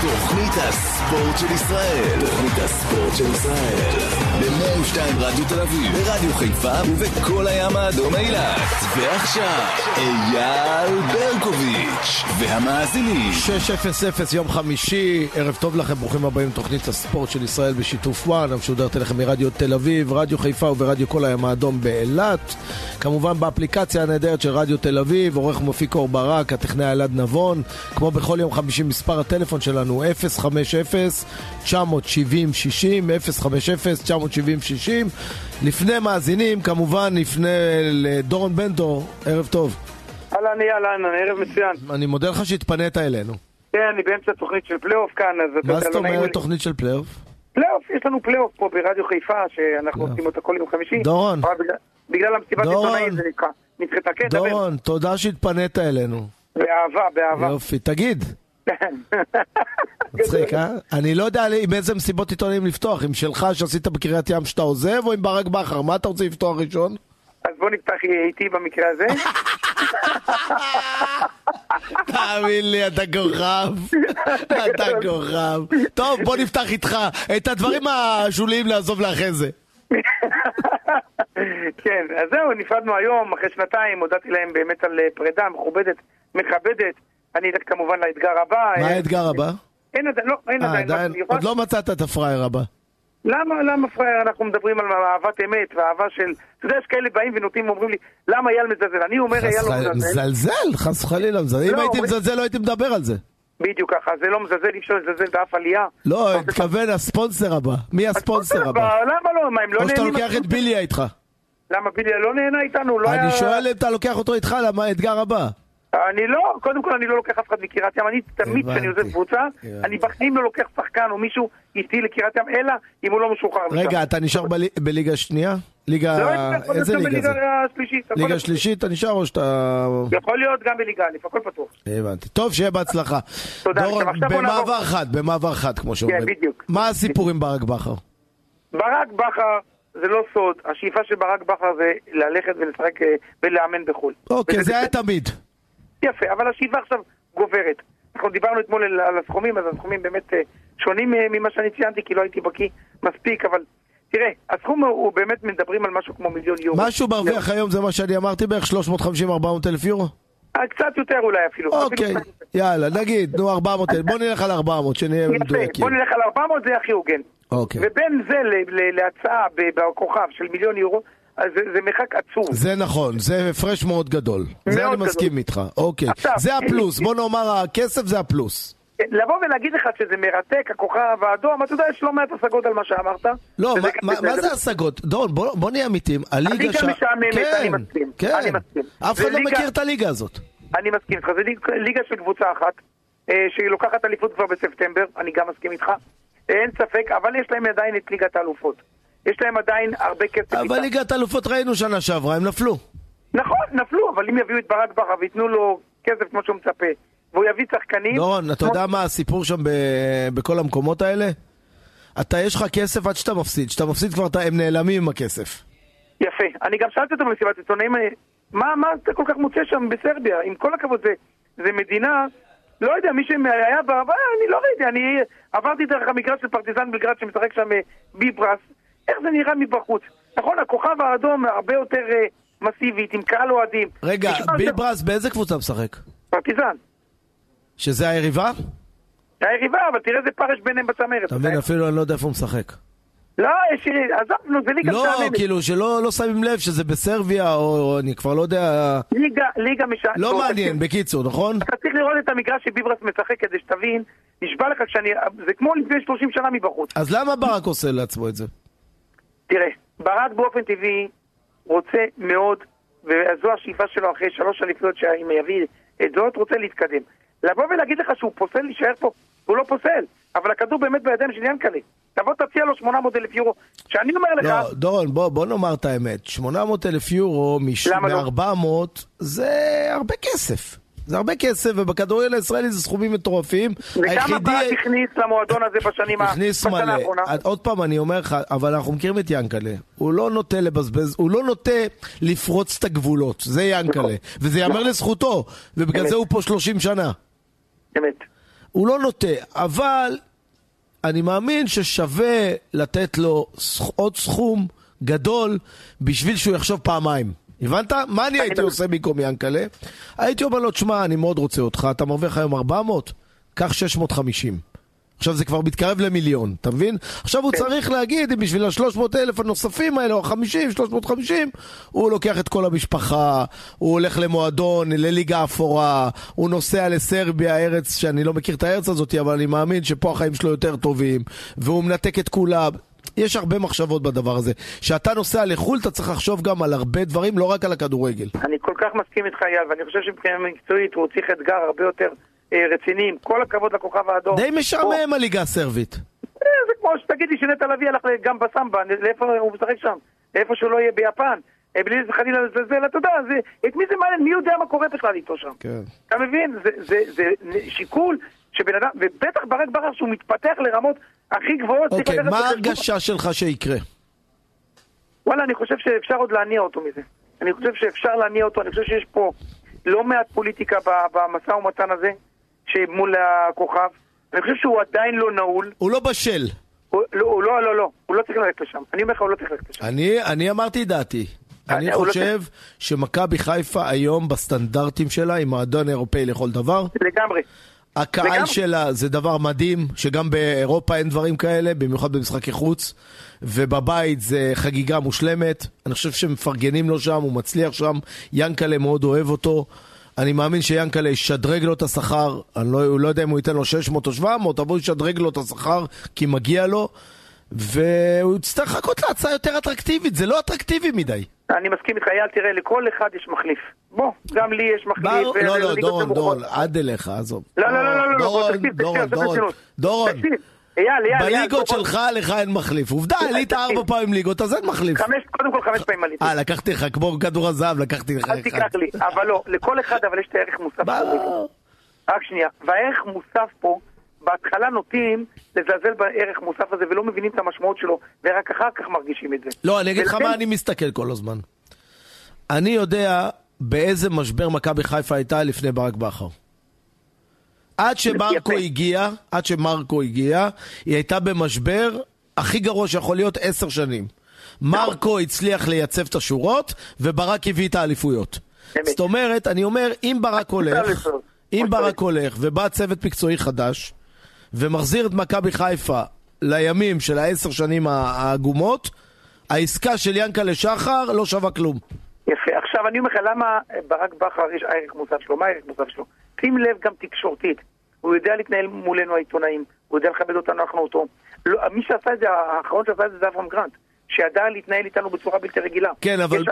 תוכנית הספורט של ישראל. תוכנית הספורט של ישראל. ב-102 רדיו תל אביב, ברדיו חיפה ובכל הים האדום אילת. ועכשיו, אייל ברקוביץ' והמאזינים. 6:00 יום חמישי, ערב טוב לכם, ברוכים הבאים לתוכנית הספורט של ישראל בשיתוף וואן, המשודרת אליכם מרדיו תל אביב, רדיו חיפה וברדיו כל הים האדום באילת. כמובן באפליקציה הנהדרת של רדיו תל אביב, עורך מפיק אור ברק, הטכנאי אלעד נבון. כמו בכל יום חמישי, מספר הטלפון שלנו 050-970-60, 050-970-60. לפני מאזינים, כמובן לפני לדורון בנדור, ערב טוב. אהלן, ערב מצוין. אני מודה לך שהתפנית אלינו. כן, אני באמצע תוכנית של פלייאוף כאן. מה זאת אומרת תוכנית של פלייאוף? פלייאוף, יש לנו פלייאוף פה ברדיו חיפה, שאנחנו עושים אותה כל יום חמישי. דורון. בגלל המסיבת עיתונאים זה נדחתה. כן, דורון, תודה שהתפנית אלינו. באהבה. יופי, תגיד. מצחיק, אה? אני לא יודע עם איזה מסיבות עיתונאים לפתוח, עם שלך שעשית בקריית ים שאתה עוזב, או עם ברק בכר? מה אתה רוצה לפתוח ראשון? אז בוא נפתח איתי במקרה הזה. תאמין לי, אתה כוכב. טוב, בוא נפתח איתך את הדברים השוליים לעזוב לאחרי זה. כן, אז זהו, נפרדנו היום, אחרי שנתיים, הודעתי להם באמת על פרידה מכבדת. אני אדאג כמובן לאתגר הבא. מה האתגר הבא? אין עדיין. עוד לא מצאת את הפרייר הבא. למה פרייר? אנחנו מדברים על אהבת אמת ואהבה של... אתה יודע, יש כאלה באים ונותנים ואומרים לי, למה אייל מזלזל? אני אומר, אייל לא מזלזל. חס וחלילה מזלזל. אם הייתי מזלזל, לא הייתי מדבר על זה. בדיוק ככה, זה לא מזלזל, אי אפשר לזלזל באף עלייה. לא, התכוון הספונסר הבא. מי הספונסר הבא? למה לא? מה, הם לא נהנים? או שאתה לוקח את ביליה איתך. למה ביליה לא נהנה איתנו? אני שואל אם אתה לוקח אותו איתך, למה האתגר הבא? אני לא, קודם כל אני לא לוקח אף אחד מקריית ים, אני תמיד כשאני עוזב קבוצה, אני בחיים לא לוקח שחקן או מישהו איתי לקריית ים, אלא אם הוא לא משוחרר. רגע, אתה נשאר בליגה שנייה? איזה ליגה זה? ליגה שלישית אתה נשאר או שאתה... יכול להיות גם בליגה א', הכל פתוח. הבנתי, טוב שיהיה בהצלחה. תודה. במעבר חד כמו שאומרים. כן, בדיוק. מה הסיפור עם ברק בכר? ברק בכר זה לא סוד, השאיפה של ברק בכר זה ללכת ולשחק ולאמן בחו"ל. אוקיי, זה היה תמיד. יפה, אבל השאיפה עכשיו גוברת. אנחנו דיברנו אתמול על הסכומים, אז הסכומים באמת שונים ממה שאני ציינתי, כי לא הייתי בקיא מספיק, אבל תראה, הסכום הוא באמת מדברים על משהו כמו 1,000,000 יורו. משהו מרוויח היום זה מה שאני אמרתי, בערך 350-400 אלף יורו? קצת יותר אולי אפילו. אוקיי, יאללה, נגיד, 400, בוא נלך על 400, שנהיה מדויקים. בוא נלך על 400, זה הכי הוגן. ובין זה להצעה בכוכב של 1,000,000 יורו, אז זה מרחק עצום. זה נכון, זה הפרש מאוד גדול. זה אני מסכים איתך. אוקיי. זה הפלוס, בוא נאמר, הכסף זה הפלוס. לבוא ולהגיד לך שזה מרתק, הכוכב האדום, אתה יודע, יש לא מעט השגות על מה שאמרת. לא, מה זה השגות? דורון, בוא נהיה אמיתים. הליגה משעממת, אני מסכים. אף אחד לא מכיר את הליגה הזאת. אני מסכים איתך, זה ליגה של קבוצה אחת, שהיא לוקחת אליפות כבר בספטמבר, אני גם מסכים איתך. אין ספק, אבל יש להם עדיין את ליגת האלופות. יש להם עדיין הרבה כסף. אבל ליגת האלופות ראינו שנה שעברה, הם נפלו. נכון, נפלו, אבל אם יביאו את ברק בכר ויתנו לו כסף כמו שהוא מצפה, והוא יביא שחקנים... דורון, אתה יודע מה הסיפור שם בכל המקומות האלה? יש לך כסף עד שאתה מפסיד. שאתה מפסיד כבר, הם נעלמים עם הכסף. יפה. אני גם שאלתי אותו במסיבת עיתונאים, מה אתה כל כך מוצא שם בסרביה? עם כל הכבוד, זה מדינה... לא יודע, מי שהיה בעבר, אני לא יודע, אני עברתי דרך המגרש של פרטיזן בלגרד שמשחק שם ביברס. איך זה נראה מבחוץ? נכון, הכוכב האדום הרבה יותר מסיבית, עם קהל אוהדים. רגע, ביברס באיזה קבוצה משחק? פרטיזן. שזה היריבה? היריבה, אבל תראה איזה פרש ביניהם בצמרת. אתה מבין, אפילו אני לא יודע איפה הוא משחק. לא, עזבנו, זה ליגה משעממת. לא, כאילו, שלא שמים לב שזה בסרביה, או אני כבר לא יודע... ליגה משעממת. לא מעניין, בקיצור, נכון? אתה צריך לראות את המגרש שביברס משחק כדי שתבין, נשבע לך כשאני... זה כמו לפני 30 שנה מבחוץ. אז למה ברק עושה לעצמו את זה? תראה, ברק באופן טבעי רוצה מאוד, וזו השאיפה שלו אחרי 3 אליפויות שאם יביא את זאת, רוצה להתקדם. לבוא ולהגיד לך שהוא פוסל להישאר פה, הוא לא פוסל, אבל הכדור באמת בידיים של ינקלה. תבוא תציע לו 800,000 יורו, שאני אומר לך... לא, דורון, בוא נאמר את האמת, 800,000 יורו מ-400 זה הרבה כסף. זה הרבה כסף, ובכדורגל הישראלי זה סכומים מטורפים. וכמה ברק הכניס למועדון הזה בשנה האחרונה? עוד פעם אני אומר לך, אבל אנחנו מכירים את ינקלה. הוא לא נוטה לבזבז, הוא לא נוטה לפרוץ את הגבולות. זה ינקלה. וזה יאמר לזכותו, ובגלל זה הוא פה 30 שנה. אמת. הוא לא נוטה, אבל אני מאמין ששווה לתת לו עוד סכום גדול בשביל שהוא יחשוב פעמיים. הבנת? מה אני הייתי עושה במקום ינקלה? הייתי אומר לו, תשמע, אני מאוד רוצה אותך, אתה מרוויח היום 400, קח 650. עכשיו זה כבר מתקרב למיליון, אתה מבין? עכשיו הוא צריך להגיד, אם בשביל ה-300,000 הנוספים האלה, או 50, 350, הוא לוקח את כל המשפחה, הוא הולך למועדון, לליגה אפורה, הוא נוסע לסרביה, ארץ שאני לא מכיר את הארץ הזאת, אבל אני מאמין שפה החיים שלו יותר טובים, והוא מנתק את כולם. יש הרבה מחשבות בדבר הזה. שאתה נוסע לחול, אתה צריך לחשוב גם על הרבה דברים, לא רק על הכדורגל. אני כל כך מסכים איתך, אייל, ואני חושב שבחינה מקצועית הוא צריך אתגר הרבה יותר רציניים. כל הכבוד לכוכב האדום. די משעמם הליגה הסרבית. זה כמו שתגידי שנטע לביא הלך גם בסמבה, לאיפה הוא משחק שם? איפה שהוא לא יהיה ביפן. בלי חלילה לזלזל, אתה יודע, את מי זה מעניין? מי יודע מה קורה בכלל איתו שם? כן. אתה מבין? זה שיקול שבן אדם, ובטח ברק בכר שהוא מתפתח לרמות הכי גבוהות. אוקיי, מה ההרגשה שלך שיקרה? וואלה, אני חושב שאפשר עוד להניע אותו מזה. אני חושב שאפשר להניע אותו, אני חושב שיש פה לא מעט פוליטיקה במשא ומתן הזה, שמול הכוכב. אני חושב שהוא עדיין לא נעול. הוא לא בשל. הוא לא צריך ללכת לשם. אני אומר לך, הוא לא צריך ללכת לשם. אני אמרתי דעתי. אני חושב שמכבי חיפה היום בסטנדרטים שלה, עם מועדון אירופאי לכל דבר. לגמרי. הקהל שלה זה דבר מדהים, שגם באירופה אין דברים כאלה, במיוחד במשחקי חוץ, ובבית זה חגיגה מושלמת. אני חושב שמפרגנים לו שם, הוא מצליח שם, ינקלה מאוד אוהב אותו. אני מאמין שיאנקלה ישדרג לו את השכר, אני לא יודע אם הוא ייתן לו 600 או 700, אבל הוא ישדרג לו את השכר כי מגיע לו, והוא יצטרך לחכות להצעה יותר אטרקטיבית, זה לא אטרקטיבי מדי. אני מסכים איתך, אייל, תראה, לכל אחד יש מחליף. בוא, גם לי יש מחליף. לא, דורון, עד אליך, עזוב. לא, דורון, בליגות שלך, לך אין מחליף. עובדה, עלית 4 פעמים ליגות, אז אין מחליף. קודם כל 5 פעמים עליתי. לקחתי לך, כמו כדור הזהב, לקחתי לך. אל תיקח לי, אבל לא, לכל אחד, אבל יש את הערך מוסף. רק שנייה, והערך מוסף פה, בהתחלה נוטים לזלזל בערך מוסף הזה ולא מבינים את המשמעות שלו, ורק אחר כך מרגישים את זה. לא, אני אגיד לך מה אני מסתכל כל הזמן. אני יודע באיזה משבר מכבי חיפה הייתה לפני ברק בכר. עד שמרקו הגיע, היא הייתה במשבר הכי גרוע שיכול להיות 10 שנים. מרקו הצליח לייצב את השורות, וברק הביא את האליפויות. זאת אומרת, אני אומר, אם ברק הולך, ובא צוות מקצועי חדש, ומחזיר את מכבי חיפה לימים של 10 שנים העגומות, העסקה של ינקלה שחר לא שווה כלום. יפה, עכשיו אני אומר לך, למה ברק בכר יש הערך מוסף שלו? מה הערך מוסף שלו? שים לב גם תקשורתית, הוא יודע להתנהל מולנו העיתונאים, הוא יודע לכבד אותנו, אנחנו אותו. מי שעשה את זה, האחרון שעשה את זה אברהם גרנט, שידע להתנהל איתנו בצורה בלתי רגילה. כן, אבל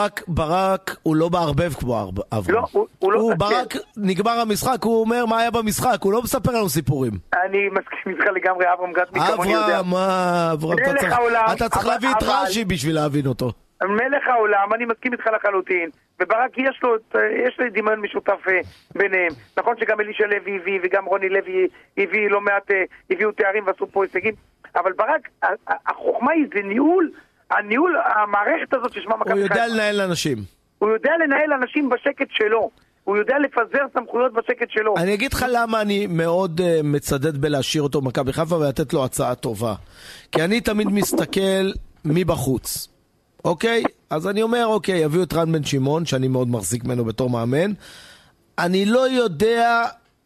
ברק הוא לא בערבב כמו אברהם. הוא ברק, נגמר המשחק, הוא אומר מה היה במשחק, הוא לא מספר לנו סיפורים. אני מסכים איתך לגמרי, אברהם גרנט מכמוני יודע. אברהם, אתה צריך להביא את רש"י בשביל להבין אותו. מלך העולם, אני מסכים איתך לחלוטין, וברק יש לו דמיון משותף ביניהם. נכון שגם אלישע לוי הביא, וגם רוני לוי הביא לא מעט, הביאו תארים ועשו פה הישגים, אבל ברק, החוכמה היא זה הניהול, המערכת הזאת ששמה מכבי חיפה. הוא יודע לנהל אנשים. הוא יודע לנהל אנשים בשקט שלו. הוא יודע לפזר סמכויות בשקט שלו. אני אגיד לך למה אני מאוד מצדד בלהשאיר אותו מכבי חיפה ולתת לו הצעה טובה. כי אני תמיד מסתכל מבחוץ. אוקיי? אז אני אומר, אוקיי, יביאו את רן בן שמעון, שאני מאוד מחזיק ממנו בתור מאמן. אני לא יודע,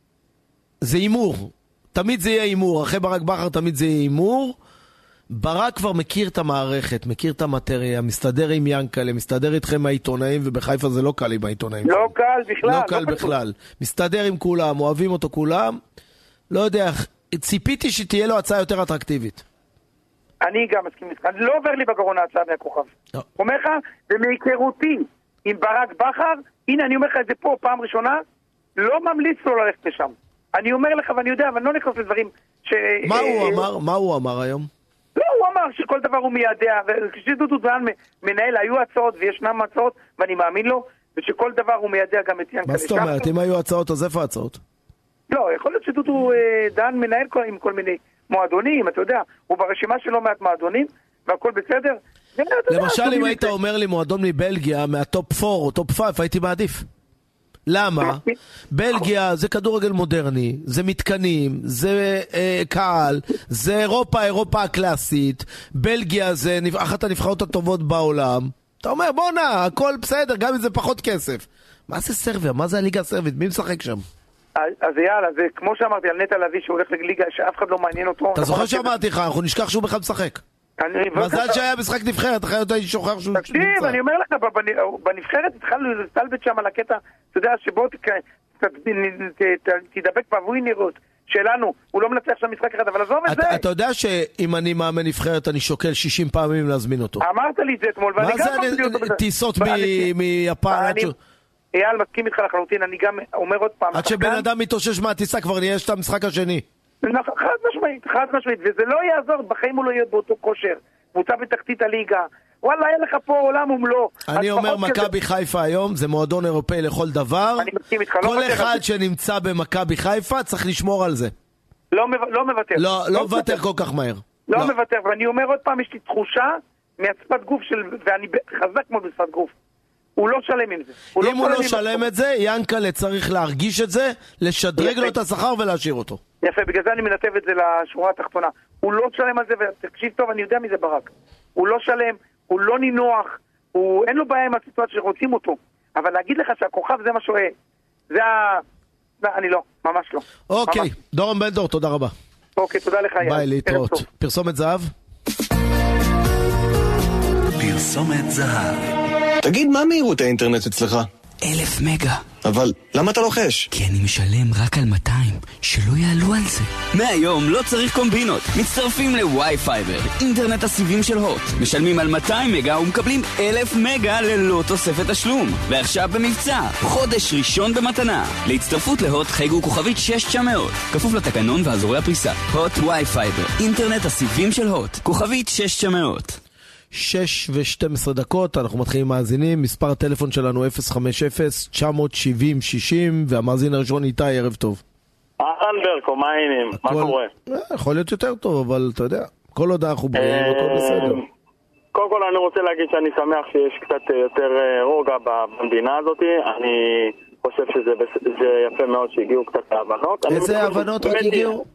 זה אימור. תמיד זה יהיה אימור. אחרי ברק בכר תמיד זה יהיה אימור. ברק כבר מכיר את המערכת, מכיר את המטריה, מסתדר עם ינקלה, מסתדר איתכם העיתונאים, ובחיפה זה לא קל עם העיתונאים. לא קל בכלל. לא קל בכלל. מסתדר עם כולם, אוהבים אותו כולם. לא יודע, ציפיתי שתהיה לו הצעה יותר אטרקטיבית. אני גם מסכים איתך. לא עובר לי בגרון ההצעה מהכוכב. אומר לך, ומהיכרותי עם ברק בכר, הנה אני אומר לך את זה פה פעם ראשונה, לא ממליץ לו ללכת לשם. אני אומר לך ואני יודע, אבל לא נכנס לדברים ש... מה הוא אמר היום? לא, הוא אמר שכל דבר הוא מיידע, וכשדודו דהן מנהל, היו הצעות וישנם הצעות, ואני מאמין לו, ושכל דבר הוא מיידע גם את ינקלה. מה זאת אומרת? אם היו הצעות, אז איפה הצעות? לא, יכול להיות שדודו דהן מנהל עם כל מיני מועדונים, אתה יודע, הוא ברשימה שלו מעט מועדונים, והכל בסדר. למשל, אם היית אומר לי מועדון מבלגיה, מהטופ 4 או טופ 5, הייתי מעדיף. למה? בלגיה זה כדורגל מודרני, זה מתקנים, זה קהל, זה אירופה הקלאסית, בלגיה זה אחת הנבחרות הטובות בעולם. אתה אומר, בוא נע, הכל בסדר, גם אם זה פחות כסף. מה זה סרביה? מה זה הליגה הסרבית? מי משחק שם? אז יאללה, זה כמו שאמרתי על נטע לביא שהולך לליגה שאף אחד לא מעניין אותו. אתה זוכר שאמרתי לך, אנחנו נשכח שהוא בכלל משחק. מזל שהיה משחק נבחרת, אחרת הייתי שוכח שהוא נמצא. תקשיב, אני אומר לך, בנבחרת התחלנו לסלבט שם על הקטע, אתה יודע, שבו תדבק בווינרות שלנו, הוא לא מנצח שם משחק אחד, אבל עזוב את זה. אתה יודע שאם אני מאמן נבחרת, אני שוקל 60 פעמים להזמין אותו. אמרת לי את זה אתמול, ואני גם מה זה טיסות מיפן? אייל, מסכים איתך לחלוטין, אני גם אומר עוד פעם. עד שבן אדם מתאושש מהטיסה כבר נהיה את המשחק השני. חד משמעית, וזה לא יעזור, בחיים הוא לא יהיה באותו כושר. קבוצה בתחתית הליגה. וואלה, היה לך פה עולם ומלוא. אני אומר, מכבי חיפה היום זה מועדון אירופאי לכל דבר. כל אחד שנמצא במכבי חיפה צריך לשמור על זה. לא מוותר. לא מוותר כל כך מהר. לא מוותר, ואני אומר עוד פעם, יש לי תחושה מהשפת גוף ואני חזק מאוד בשפת גוף. הוא לא שלם עם זה. אם הוא לא שלם את זה, ינקלה צריך להרגיש את זה, לשדרג לו את השכר ולהשאיר אותו. יפה, בגלל זה אני מנתב את זה לשורה התחתונה. הוא לא שלם על זה, ותקשיב טוב, אני יודע מי זה ברק. הוא לא שלם, הוא לא נינוח, אין לו בעיה עם הסיטואציה שרוצים אותו. אבל להגיד לך שהכוכב זה מה שואל, אני לא, ממש לא. אוקיי, דורון בן דור, תודה רבה. אוקיי, תודה לך. ביי, להתראות. פרסומת זהב? פרסומת זהב. תגיד, מה מהירות האינטרנט אצלך? 1000 מגה. אבל למה אתה לוחש? כי אני משלם רק על 200, שלא יעלו על זה. מהיום לא צריך קומבינות. מצטרפים לוואי פייבר, אינטרנט הסיבים של הוט. משלמים על 200 מגה ומקבלים 1000 מגה ללא תוספת תשלום. ועכשיו במבצע, חודש ראשון במתנה. להצטרפות להוט חייגו כוכבית 6900. כפוף לתקנון ואזורי הפריסה. הוט וואי פייבר, אינטרנט הסיבים של הוט. כוכבית 6900. 6:12, אנחנו מתחילים מאזינים, מספר הטלפון שלנו 050-970-60, והמאזין הראשון איתי, ערב טוב. אהלן ברקו, מה העניינים? מה קורה? יכול להיות יותר טוב, אבל אתה יודע, כל עוד אנחנו בריאים, הכל בסדר. קודם כל אני רוצה להגיד שאני שמח שיש קצת יותר רוגע במדינה הזאת, אני חושב שזה יפה מאוד שהגיעו קצת להבנות. איזה הבנות רק הגיעו?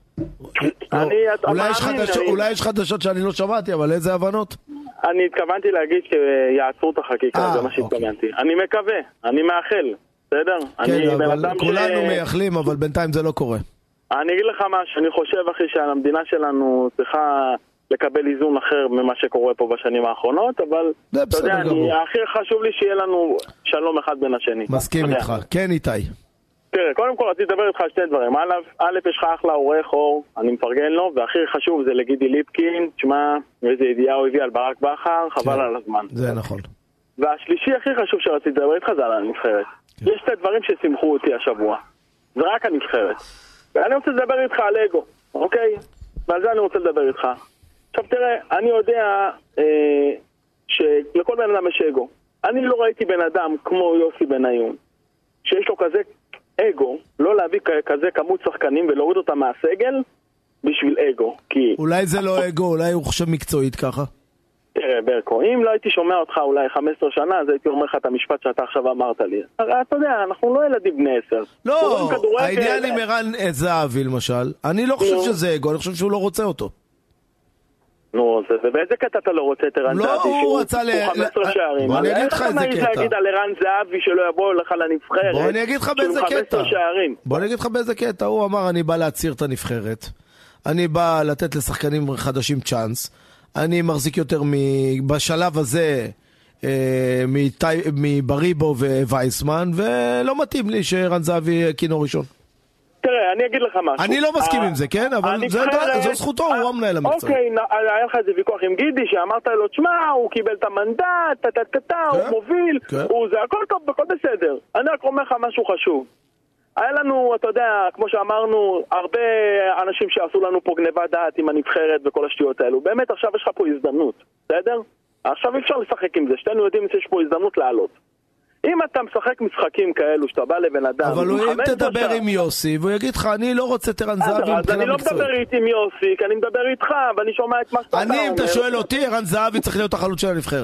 אולי יש חדשות שאני לא שמעתי, אבל איזה הבנות? אני התכוונתי להגיד שיעצרו את החקיקה, זה מה שהתכוונתי. אני מקווה, אני מאחל, בסדר? כן, אבל כולנו מייחלים, אבל בינתיים זה לא קורה. אני אגיד לך משהו, אני חושב אחי שהמדינה שלנו צריכה לקבל איזון אחר ממה שקורה פה בשנים האחרונות, אבל אתה יודע, הכי חשוב לי שיהיה לנו שלום אחד בין השני. מסכים איתך, כן איתי. תראה, קודם כל רציתי לדבר איתך על שתי דברים. א', יש לך אחלה עורך אור, אני מפרגן לו, והכי חשוב זה לגידי ליפקין, תשמע, איזה ידיעה הוא הביא על ברק בכר, חבל על הזמן. זה נכון. והשלישי הכי חשוב שרציתי לדבר איתך זה על הנבחרת. יש שתי דברים ששימחו אותי השבוע. זה רק הנבחרת. ואני רוצה לדבר איתך על אגו, אוקיי? ועל זה אני רוצה לדבר איתך. עכשיו תראה, אני יודע שלכל בן אדם יש אגו. אני לא ראיתי בן אדם כמו יוסי בניון, שיש לו כזה אגו, לא להביא כזה כמות שחקנים ולהוריד אותם מהסגל בשביל אגו. כי אולי זה לא אגו, אולי הוא חושב מקצועית ככה. תראה ברקו, אם לא הייתי שומע אותך אולי 15 שנה, אז הייתי אומר לך את המשפט שאתה עכשיו אמרת לי. אתה יודע, אנחנו לא ילדים בני 10. לא, העניין עם ערן זהבי למשל, אני לא חושב שזה אגו, אני חושב שהוא לא רוצה אותו. נו, ובאיזה קטע אתה לא רוצה את ערן זהבי שהוא 15 שערים? בוא אני אגיד לך איזה קטע. אתה להגיד על ערן זהבי שלא יבוא לך לנבחרת? בוא אני אגיד לך באיזה קטע. בוא אני אגיד לך באיזה קטע. הוא אמר אני בא להצעיר את הנבחרת, אני בא לתת לשחקנים חדשים צ'אנס, אני מחזיק יותר בשלב הזה מבריבו ווייסמן, ולא מתאים לי שערן זהבי כינו ראשון. תראה, אני אגיד לך משהו. אני לא מסכים עם זה, כן? אבל זו זכותו, הוא המנהל המקצועי. אוקיי, היה לך איזה ויכוח עם גידי, שאמרת לו, תשמע, הוא קיבל את המנדט, הוא מוביל, זה הכל טוב, הכל בסדר. אני רק אומר לך משהו חשוב. היה לנו, אתה יודע, כמו שאמרנו, הרבה אנשים שעשו לנו פה גניבת דעת עם הנבחרת וכל השטויות האלו. באמת, עכשיו יש לך פה הזדמנות, בסדר? עכשיו אי אפשר לשחק עם זה, שתינו יודעים שיש פה הזדמנות לעלות. אם אתה משחק משחקים כאלו שאתה בא לבן אדם, אבל אם תדבר עם יוסי והוא יגיד לך אני לא רוצה ערן זהבי, אז אני לא מדבר איתי עם יוסי, כי אני מדבר איתך ואני שומע את מה שאתה אומר. אם אתה שואל אותי, ערן זהבי צריך להיות החלוץ של הנבחרת.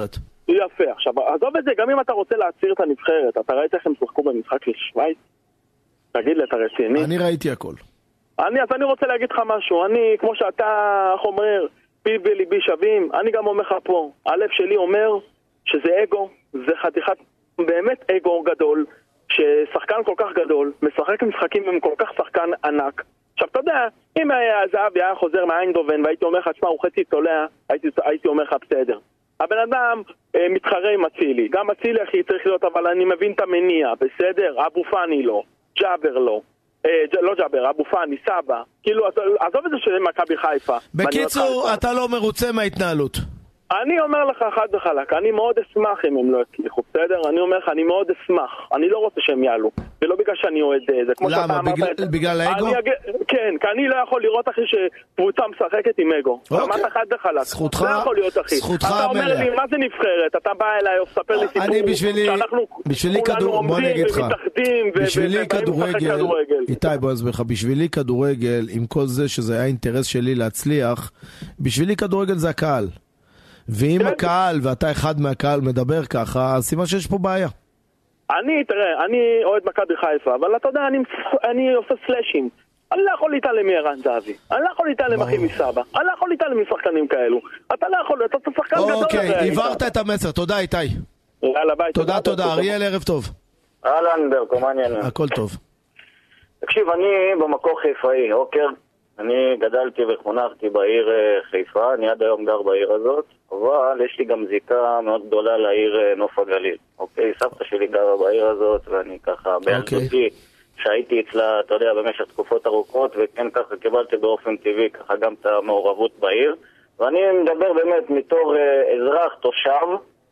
יפה. עכשיו, עזוב את זה, גם אם אתה רוצה להצעיר את הנבחרת, אתה ראית איך הם שחקו במשחק לשוויץ? תגיד לי, אתה רציני? אני ראיתי הכל. אז אני רוצה להגיד לך משהו. אני, כמו שאתה אומר, פיו וליבי שווים, אני גם אומר לך פה, הלב שלי אומר שזה אגו, זה חתיכת, באמת אגו גדול, ששחקן כל כך גדול, משחק משחקים עם כל כך שחקן ענק. עכשיו, אתה יודע, אם זהבי היה חוזר מאיינדובן והייתי אומר לך, שמה, הוא חצי צולע, הייתי אומר לך בסדר. הבן אדם מתחרה עם אצילי, גם אצילי הכי צריך להיות, אבל אני מבין את המניע, בסדר? אבו פאני לא, ג'אבר לא. לא ג'אבר, אבו פאני, סבא. כאילו, עזוב את זה שזה מכבי חיפה. בקיצור, אתה לא מרוצה מההתנהלות. אני אומר לך חד וחלק, אני מאוד אשמח אם הם לא יצליחו, בסדר? אני אומר לך, אני מאוד אשמח. אני לא רוצה שהם יעלו. ולא בגלל שאני אוהד זה. למה? בגלל האגו? כן, כי אני לא יכול לראות, אחי, שקבוצה משחקת עם אגו. אמרת חד וחלק. זכותך, לא יכול להיות, אחי. אתה אומר לי, מה זה נבחרת? אתה בא אליי, ספר לי סיפור. אני בשבילי כדורגל, בוא אני אגיד לך. בשבילי כדורגל, איתי, בוא אסביר לך, בשבילי כדורגל, עם כל זה שזה היה אינטרס שלי להצליח, בשבילי כדורגל זה הקהל. ואם הקהל, ואתה אחד מהקהל מדבר ככה, אז סימן שיש פה בעיה. תראה, אני אוהד מכבי חיפה, אבל אתה יודע, אני עושה סלאשים. אני לא יכול להתעלם מערן זהבי. אני לא יכול להתעלם אחי מסבא. אני לא יכול להתעלם משחקנים כאלו. אתה לא יכול, אתה שחקן גדול. אוקיי, עברת את המסר. תודה, איתי. יאללה, ביי. תודה. אריאל, ערב טוב. אהלן, ברקו, מה העניינים? הכל טוב. תקשיב, אני במקור חיפאי, אוקר. אני גדלתי וחונכתי בעיר חיפה, אני עד היום גר בעיר הזאת, אבל יש לי גם זיקה מאוד גדולה לעיר נוף הגליל. אוקיי, סבתא שלי גרה בעיר הזאת, ואני ככה בילדותי שהייתי אצלה, אתה יודע, במשך תקופות ארוכות, וכן ככה קיבלתי באופן טבעי ככה גם את המעורבות בעיר. ואני מדבר באמת מתור אזרח, תושב,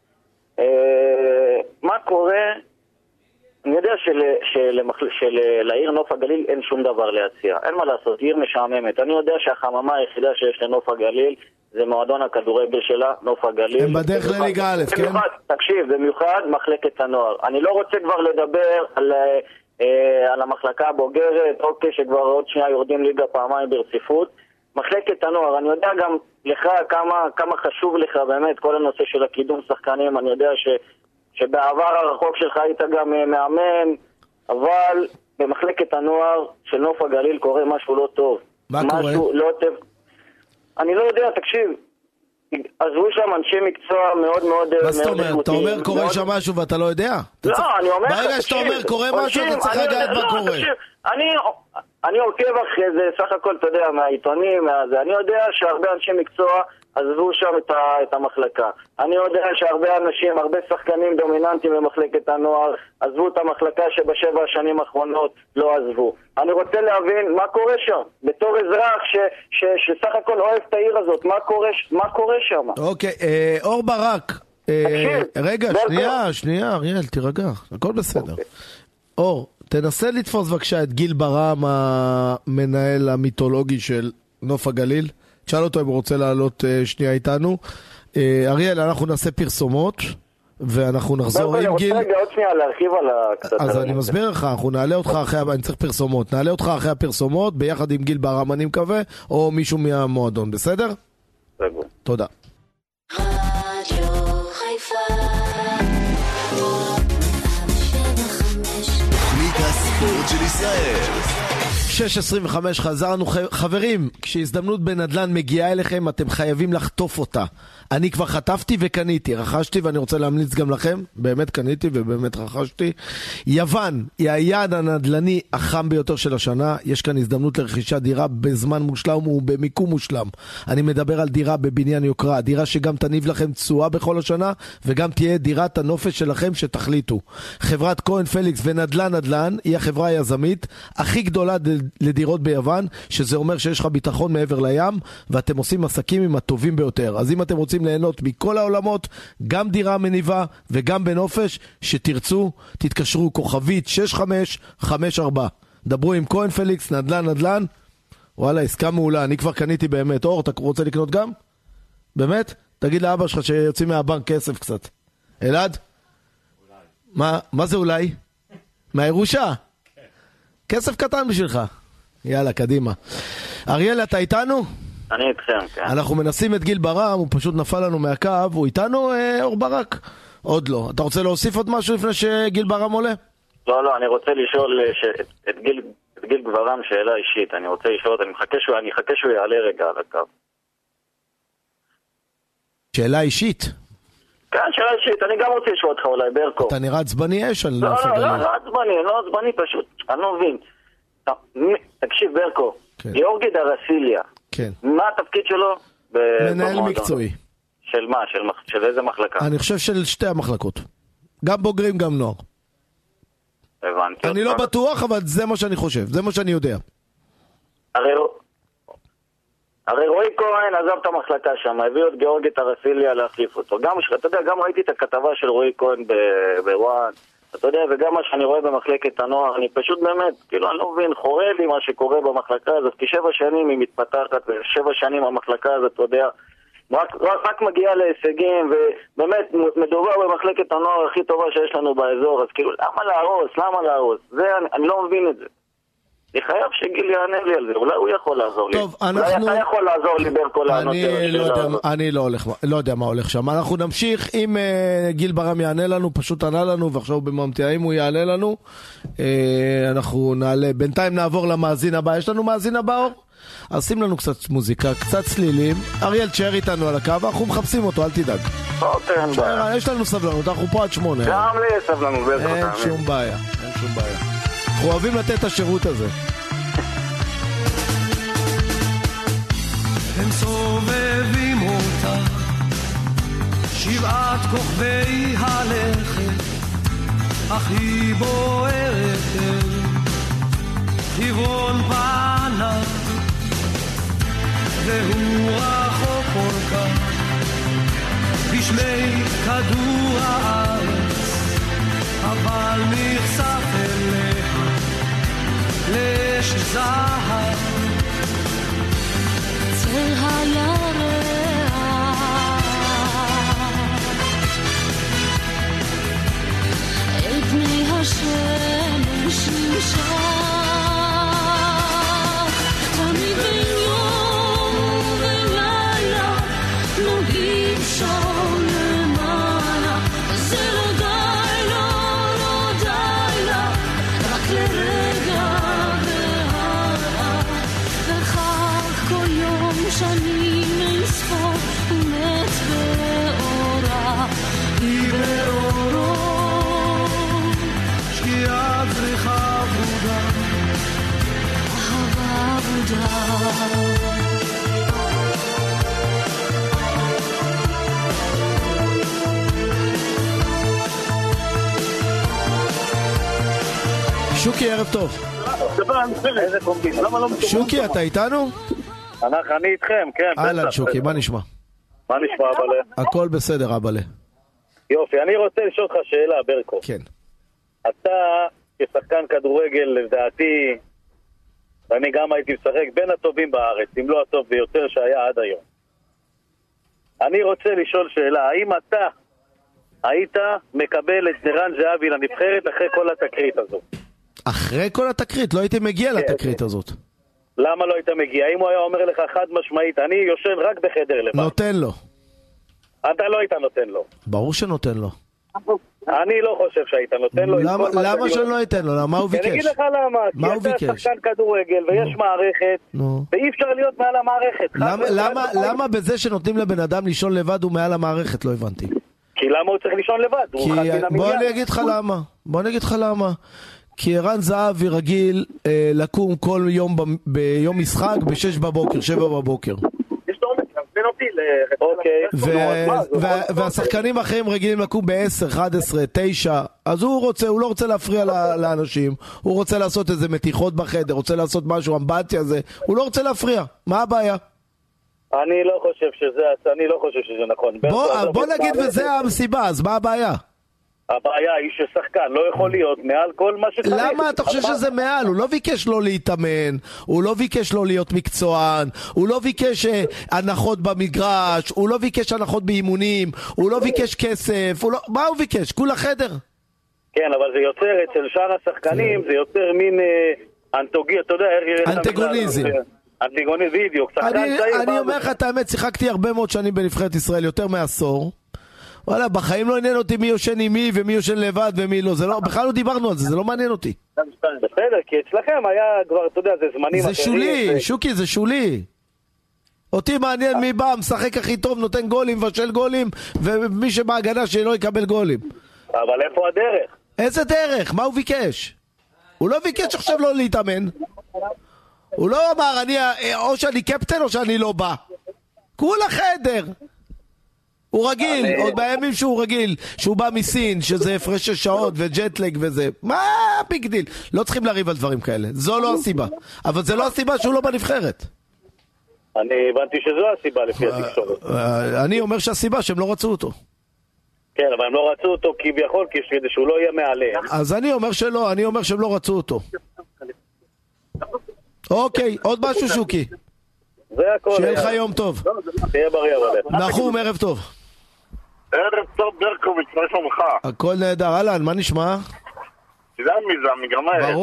מה קורה? אני יודע שלעיר נוף הגליל אין שום דבר להציע. אין מה לעשות, עיר משעממת. אני יודע שהחממה היחידה שיש לנוף הגליל זה מועדון הכדורגל שלה, נוף הגליל. הם בדרך לליגה א', כן? תקשיב, במיוחד מחלקת הנוער. אני לא רוצה כבר לדבר על המחלקה הבוגרת, אוקיי, שכבר עוד שנייה יורדים ליגה פעמיים ברציפות. מחלקת הנוער, אני יודע גם לך כמה חשוב לך באמת כל הנושא של הקידום שחקנים. אני יודע שבעבר הרחוק שלך היית גם מאמן, אבל במחלקת הנוער של נוף הגליל קורה משהו לא טוב. מה קורה? משהו לא טוב. אני לא יודע, תקשיב, עזבו שם אנשי מקצוע מאוד מאוד... מה זאת אומרת? אתה אומר קורה שם משהו ואתה לא יודע? לא, אני אומר... ברגע שאתה אומר קורה משהו, אתה צריך לדעת מה קורה. אני עוקב אחרי זה, סך הכל, אתה יודע, מהעיתונים, אני יודע שהרבה אנשי מקצוע עזבו שם את המחלקה. אני יודע שהרבה אנשים, הרבה שחקנים דומיננטיים במחלקת הנוער, עזבו את המחלקה שבשבע השנים האחרונות לא עזבו. אני רוצה להבין מה קורה שם, בתור אזרח שסך הכל אוהב את העיר הזאת, מה קורה שם? אוקיי, אור ברק. רגע, שנייה, אריאל, תירגע, הכל בסדר. אור, תנסה לתפוס בבקשה את גיל ברם, המנהל המיתולוגי של נוף הגליל. תשאל אותו אם הוא רוצה לעלות שנייה איתנו. אריאל, אנחנו נעשה פרסומות, ואנחנו נחזור עם גיל. אני רוצה רגע עוד שנייה להרחיב על הקצת. אז אני מסביר לך, אנחנו נעלה אותך אחרי, אני צריך פרסומות, נעלה אותך אחרי הפרסומות, ביחד עם גיל ברם אני מקווה, או מישהו מהמועדון, בסדר? רגע. תודה. רדיו חיפה תוכנית הספורט של ישראל 6:25 חזרנו. חברים, כשהזדמנות בנדל"ן מגיעה אליכם, אתם חייבים לחטוף אותה. אני כבר חטפתי וקניתי, רכשתי, ואני רוצה להמליץ גם לכם, באמת קניתי ובאמת רכשתי. יוון היא היעד הנדל"ני החם ביותר של השנה. יש כאן הזדמנות לרכישת דירה בזמן מושלם ובמיקום מושלם. אני מדבר על דירה בבניין יוקרה, דירה שגם תניב לכם תשואה בכל השנה, וגם תהיה דירת הנופש שלכם שתחליטו. חברת כהן פליקס ונדל"ן נדל"ן היא החברה היזמית הכי גדולה לדירות ביוון, שזה אומר שיש לך ביטחון מעבר לים, ואתם עושים עסקים עם הטובים ביותר. אז אם אתם רוצים ליהנות מכל העולמות, גם דירה מניבה וגם בנופש, שתרצו, תתקשרו כוכבית 6554. דברו עם כהן פליקס, נדל"ן. וואלה, עסקה מעולה, אני כבר קניתי באמת. אור, אתה רוצה לקנות גם? באמת? תגיד לאבא שלך שיוצאים מהבנק כסף קצת. אלעד? אולי. מה זה אולי? מהירושה? כסף קטן בשבילך. יאללה, קדימה. אריאל, אתה איתנו? אני איתכם, כן. אנחנו מנסים את גיל ברם, הוא פשוט נפל לנו מהקו, הוא איתנו אור ברק? עוד לא. אתה רוצה להוסיף עוד משהו לפני שגיל ברם עולה? לא, אני רוצה לשאול את גיל ברם שאלה אישית. אני רוצה לשאול, אני מחכה שהוא יעלה רגע על הקו. שאלה אישית? כן, שאלה אישית. אני גם רוצה לשאול אותך אולי, ברקו. אתה נראה עצבני אש? לא עצבני פשוט. אני לא מבין. תקשיב, ברקו. גיאורגי דרסיליה. כן. מה התפקיד שלו? מנהל מקצועי. של מה? של איזה מחלקה? אני חושב של שתי המחלקות. גם בוגרים, גם נוער. הבנתי. אני לא בטוח, אבל זה מה שאני חושב. זה מה שאני יודע. הרי רועי כהן עזב את המחלקה שם, הביאו את גיאורגי דרסיליה להחליף אותו. אתה יודע, גם ראיתי את הכתבה של רועי כהן בוואן. אתה יודע, וגם מה שאני רואה במחלקת הנוער, אני פשוט באמת, כאילו, אני לא מבין, חורה לי מה שקורה במחלקה הזאת, כי 7 שנים היא מתפתחת, ו7 שנים המחלקה הזאת, אתה יודע, רק מגיעה להישגים, ובאמת, מדובר במחלקת הנוער הכי טובה שיש לנו באזור, אז כאילו, למה להרוס? זה, אני לא מבין את זה. אני חייב שגיל יענה לי על זה, אולי הוא יכול לעזור לי. טוב, אולי אתה יכול לעזור לי ברקו לענות. אני לא יודע מה הולך שם. אנחנו נמשיך, אם גיל ברם יענה לנו, פשוט ענה לנו, ועכשיו בממתיע, אם הוא יענה לנו, אנחנו נעלה. בינתיים נעבור למאזין הבא. יש לנו מאזין הבא, אור? אז שים לנו קצת מוזיקה, קצת צלילים. אריאל צ'ר איתנו על הקו, אנחנו מחפשים אותו, אל תדאג. יש לנו סבלנות, אנחנו פה עד 8. גם לי יש סבלנות, ברקו. אין שום בעיה. אנחנו אוהבים לתת את השירות הזה. הם סובבים אותה 7 כוכבי הלכת, אך היא בוערת כיוון פנה, והוא רחוק כל כך בשמי כדור הארץ, אבל נחשף אליה לאש זהב צל הירח, אל פני השמש נמשך, תמיד בין יום ולילה נוגעים שם למעלה, זה לא די, לא די לה, רק לרגע והלאה, וכך כל יום שנים אין ספור ומת באורה, היא באורו שקיעת זריחה ורודה, אהבה ורודה. שוקי, ערב טוב. שוקי, אתה איתנו? אני איתכם, כן. אהלן שוקי, מה נשמע? מה נשמע, אבאלה? הכל בסדר, אבאלה. יופי, אני רוצה לשאול לך שאלה, ברקו. כן. אתה כשחקן כדורגל, לדעתי, ואני גם הייתי משחק בין הטובים בארץ, אם לא הטוב ביותר שהיה עד היום. אני רוצה לשאול שאלה, האם אתה היית מקבל את זרן זהבי לנבחרת אחרי כל התקרית הזו? אחרי כל התקרית? לא הייתי מגיע לתקרית הזאת. למה לא היית מגיע? אם הוא היה אומר לך חד משמעית, אני יושב רק בחדר לבד. נותן לו. אתה לא היית נותן לו. ברור שנותן לו. אני לא חושב שהיית נותן לו. למה שאני לא אתן לו? למה הוא ביקש? אני אגיד לך למה. מה הוא ביקש? כי אתה שחקן כדורגל ויש מערכת, ואי אפשר להיות מעל המערכת. למה בזה שנותנים לבן אדם לישון לבד הוא מעל המערכת? לא הבנתי. כי למה הוא צריך לישון לבד? בוא אני אגיד לך למה. כי ערן זהבי רגיל לקום כל יום ביום משחק ב-6 בבוקר, 7 בבוקר. והשחקנים האחרים רגילים לקום ב-10, 11, 9. אז הוא לא רוצה להפריע לאנשים, הוא רוצה לעשות איזה מתיחות בחדר, רוצה לעשות משהו אמבטיה הזה, הוא לא רוצה להפריע. מה הבעיה? אני לא חושב שזה נכון. בוא נגיד וזה המסיבה, אז מה הבעיה? הבעיה היא ששחקן לא יכול להיות מעל כל מה שצריך. למה אתה חושב שזה מעל? הוא לא ביקש לא להתאמן, הוא לא ביקש לא להיות מקצוען, הוא לא ביקש הנחות במגרש, הוא לא ביקש הנחות באימונים, הוא לא ביקש כסף, מה הוא ביקש? כולה חדר. כן, אבל זה יוצר אצל שאר השחקנים, זה יוצר מין אתה יודע, אנטגוניזם. אנטיגוני בדיוק. אני אומר לך את האמת, שיחקתי הרבה מאוד שנים בנבחרת ישראל, יותר מעשור. וואלה, בחיים לא עניין אותי מי יושן עם מי ומי יושן לבד ומי לא. זה לא, בכלל לא דיברנו על זה, זה לא מעניין אותי. בסדר, כי אצלכם היה כבר, אתה יודע, זה זמנים אחרים. זה שולי, שוקי, זה שולי. אותי מעניין מי בא, משחק הכי טוב, נותן גולים, מבשל גולים, ומי שבהגנה שלא יקבל גולים. אבל איפה הדרך? איזה דרך? מה הוא ביקש? הוא לא ביקש עכשיו לא להתאמן. הוא לא אמר, או שאני קפטן או שאני לא בא. כולה חדר. הוא רגיל, עוד בימים שהוא רגיל, שהוא בא מסין, שזה הפרש שעות וג'טלג וזה. מה ביג דיל? לא צריכים להריב על דברים כאלה. זו לא הסיבה. אבל זה לא הסיבה שהוא לא בנבחרת. אני הבנתי שזו הסיבה לפי התקשורת. אני אומר שהסיבה שהם לא רצו אותו. כן, אבל הם לא רצו אותו כביכול, כדי שהוא לא יהיה מעליהם. אז אני אומר שלא, אני אומר שהם לא רצו אותו. אוקיי, עוד משהו שוקי. זה הכל. שיהיה לך יום טוב. תהיה בריא אבל. נחום, ערב טוב. ערב טוב ברקוביץ', מה שלומך? הכל נהדר, אהלן, מה נשמע? תדע מי זה, מגרמניה.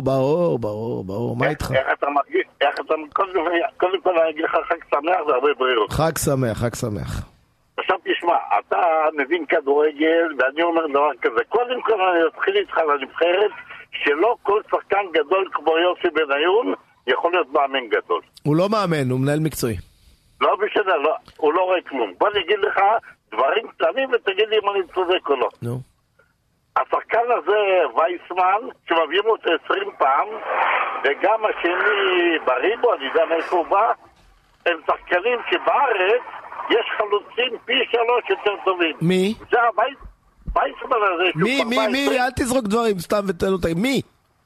ברור, מה איתך? איך אתה מרגיש? קודם כל אני אגיד לך חג שמח והרבה בריאות. חג שמח. עכשיו תשמע, אתה מבין כדורגל, ואני אומר דבר כזה, קודם כל אני אתחיל איתך לנבחרת, שלא כל שחקן גדול כמו יוסי בניון יכול להיות מאמן גדול. הוא לא מאמן, הוא מנהל מקצועי. לא משנה, הוא לא רואה כלום. בוא נגיד לך דברים קטנים ותגיד לי אם אני צודק או לא. נו. השחקן הזה, וייסמן, שמביאים אותו 20 פעם, וגם השני בריבו, אני יודע מאיפה הוא בא, הם שחקנים שבארץ יש חלוצים פי 3 יותר טובים. מי? זה וייסמן הזה. מי? אל תזרוק דברים סתם ותן אותם. מי?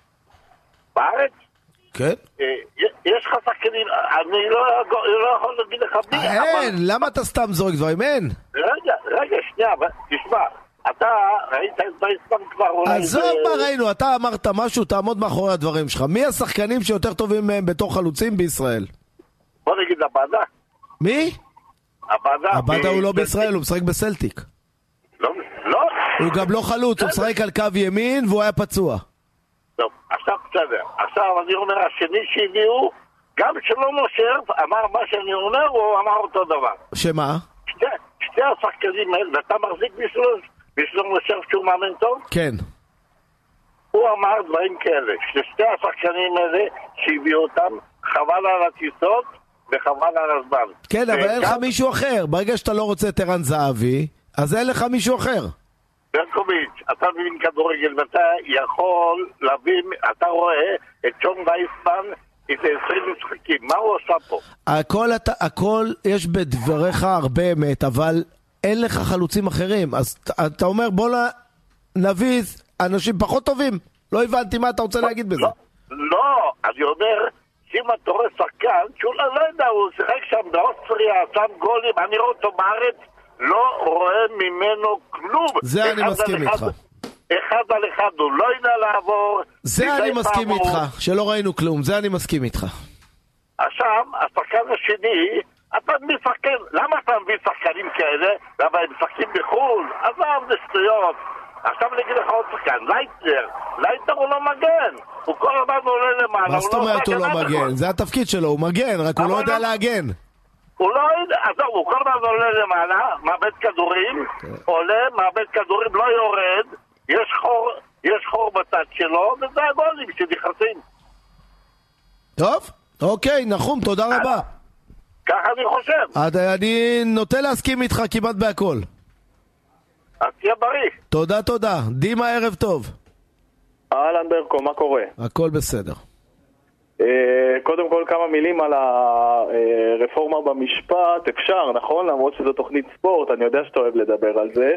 בארץ? כן. יש לך שחקנים, אני לא יכול להגיד לך מי. אין, למה אתה סתם זורק דברים? אין. רגע, שנייה, תשמע. אתה ראית את וייסמן כבר אולי... עזוב מה ראינו, אתה אמרת משהו, תעמוד מאחורי הדברים שלך. מי השחקנים שיותר טובים מהם בתור חלוצים בישראל? בוא נגיד הבאדה. מי? הבאדה הוא לא בישראל, הוא משחק בסלטיק. לא. הוא גם לא חלוץ, הוא משחק על קו ימין והוא היה פצוע. טוב, עכשיו בסדר. עכשיו אני אומר, השני שהביאו, גם שלמה שרף אמר מה שאני אומר, הוא אמר אותו דבר. שמה? שתי השחקנים האלה, ואתה מחזיק בשלמה שרף שהוא מאמן טוב? כן. הוא אמר דברים כאלה, ששתי השחקנים האלה שהביאו אותם, חבל על הטיסות וחבל על הזמן. כן, אבל אין לך מישהו אחר. ברגע שאתה לא רוצה את ערן זהבי, אז אין לך מישהו אחר. ברקוביץ', אתה מבין כדורגל ואתה יכול להבין, אתה רואה את שון וייסמן את 20 משחקים, מה הוא עושה פה? הכל יש בדבריך הרבה אמת, אבל אין לך חלוצים אחרים. אז אתה אומר בוא נביא אנשים פחות טובים. לא הבנתי מה אתה רוצה להגיד בזה. לא, אני אומר שאם אתה רואה שחקן שהוא לא יודע, הוא שיחק שם באוסטריה, שם גולים, אני רואה אותו בארץ, לא רואה ממנו כלום. זה אני מסכים איתך. אחד על אחד הוא לא יודע לעבור. זה אני מסכים איתך, שלא ראינו כלום, זה אני מסכים איתך. עכשיו, השחקן השני, אתה משחקן, למה אתה מביא שחקנים כאלה? למה הם משחקים בחו"ל? עזוב, זה שטויות. עכשיו אני אגיד לך עוד שחקן, לייטנר הוא לא מגן. הוא כל הזמן עולה למעלה. מה זאת אומרת הוא לא מגן? זה התפקיד שלו, הוא מגן, רק הוא לא יודע להגן. הוא לא יודע, עזוב, הוא כל הזמן עולה למעלה, מאבד כדורים, עולה, מאבד כדורים, לא יורד, יש חור בצד שלו, וזה הגולים שנכנסים. טוב, אוקיי, נחום, תודה רבה. ככה אני חושב. אני נוטה להסכים איתך כמעט בהכל. אז תהיה בריא. תודה. דימה, ערב טוב. אהלן ברקו, מה קורה? הכל בסדר. קודם כל כמה מילים על הרפורמה במשפט. אפשר, נכון? למרות שזו תוכנית ספורט, אני יודע שאתה אוהב לדבר על זה.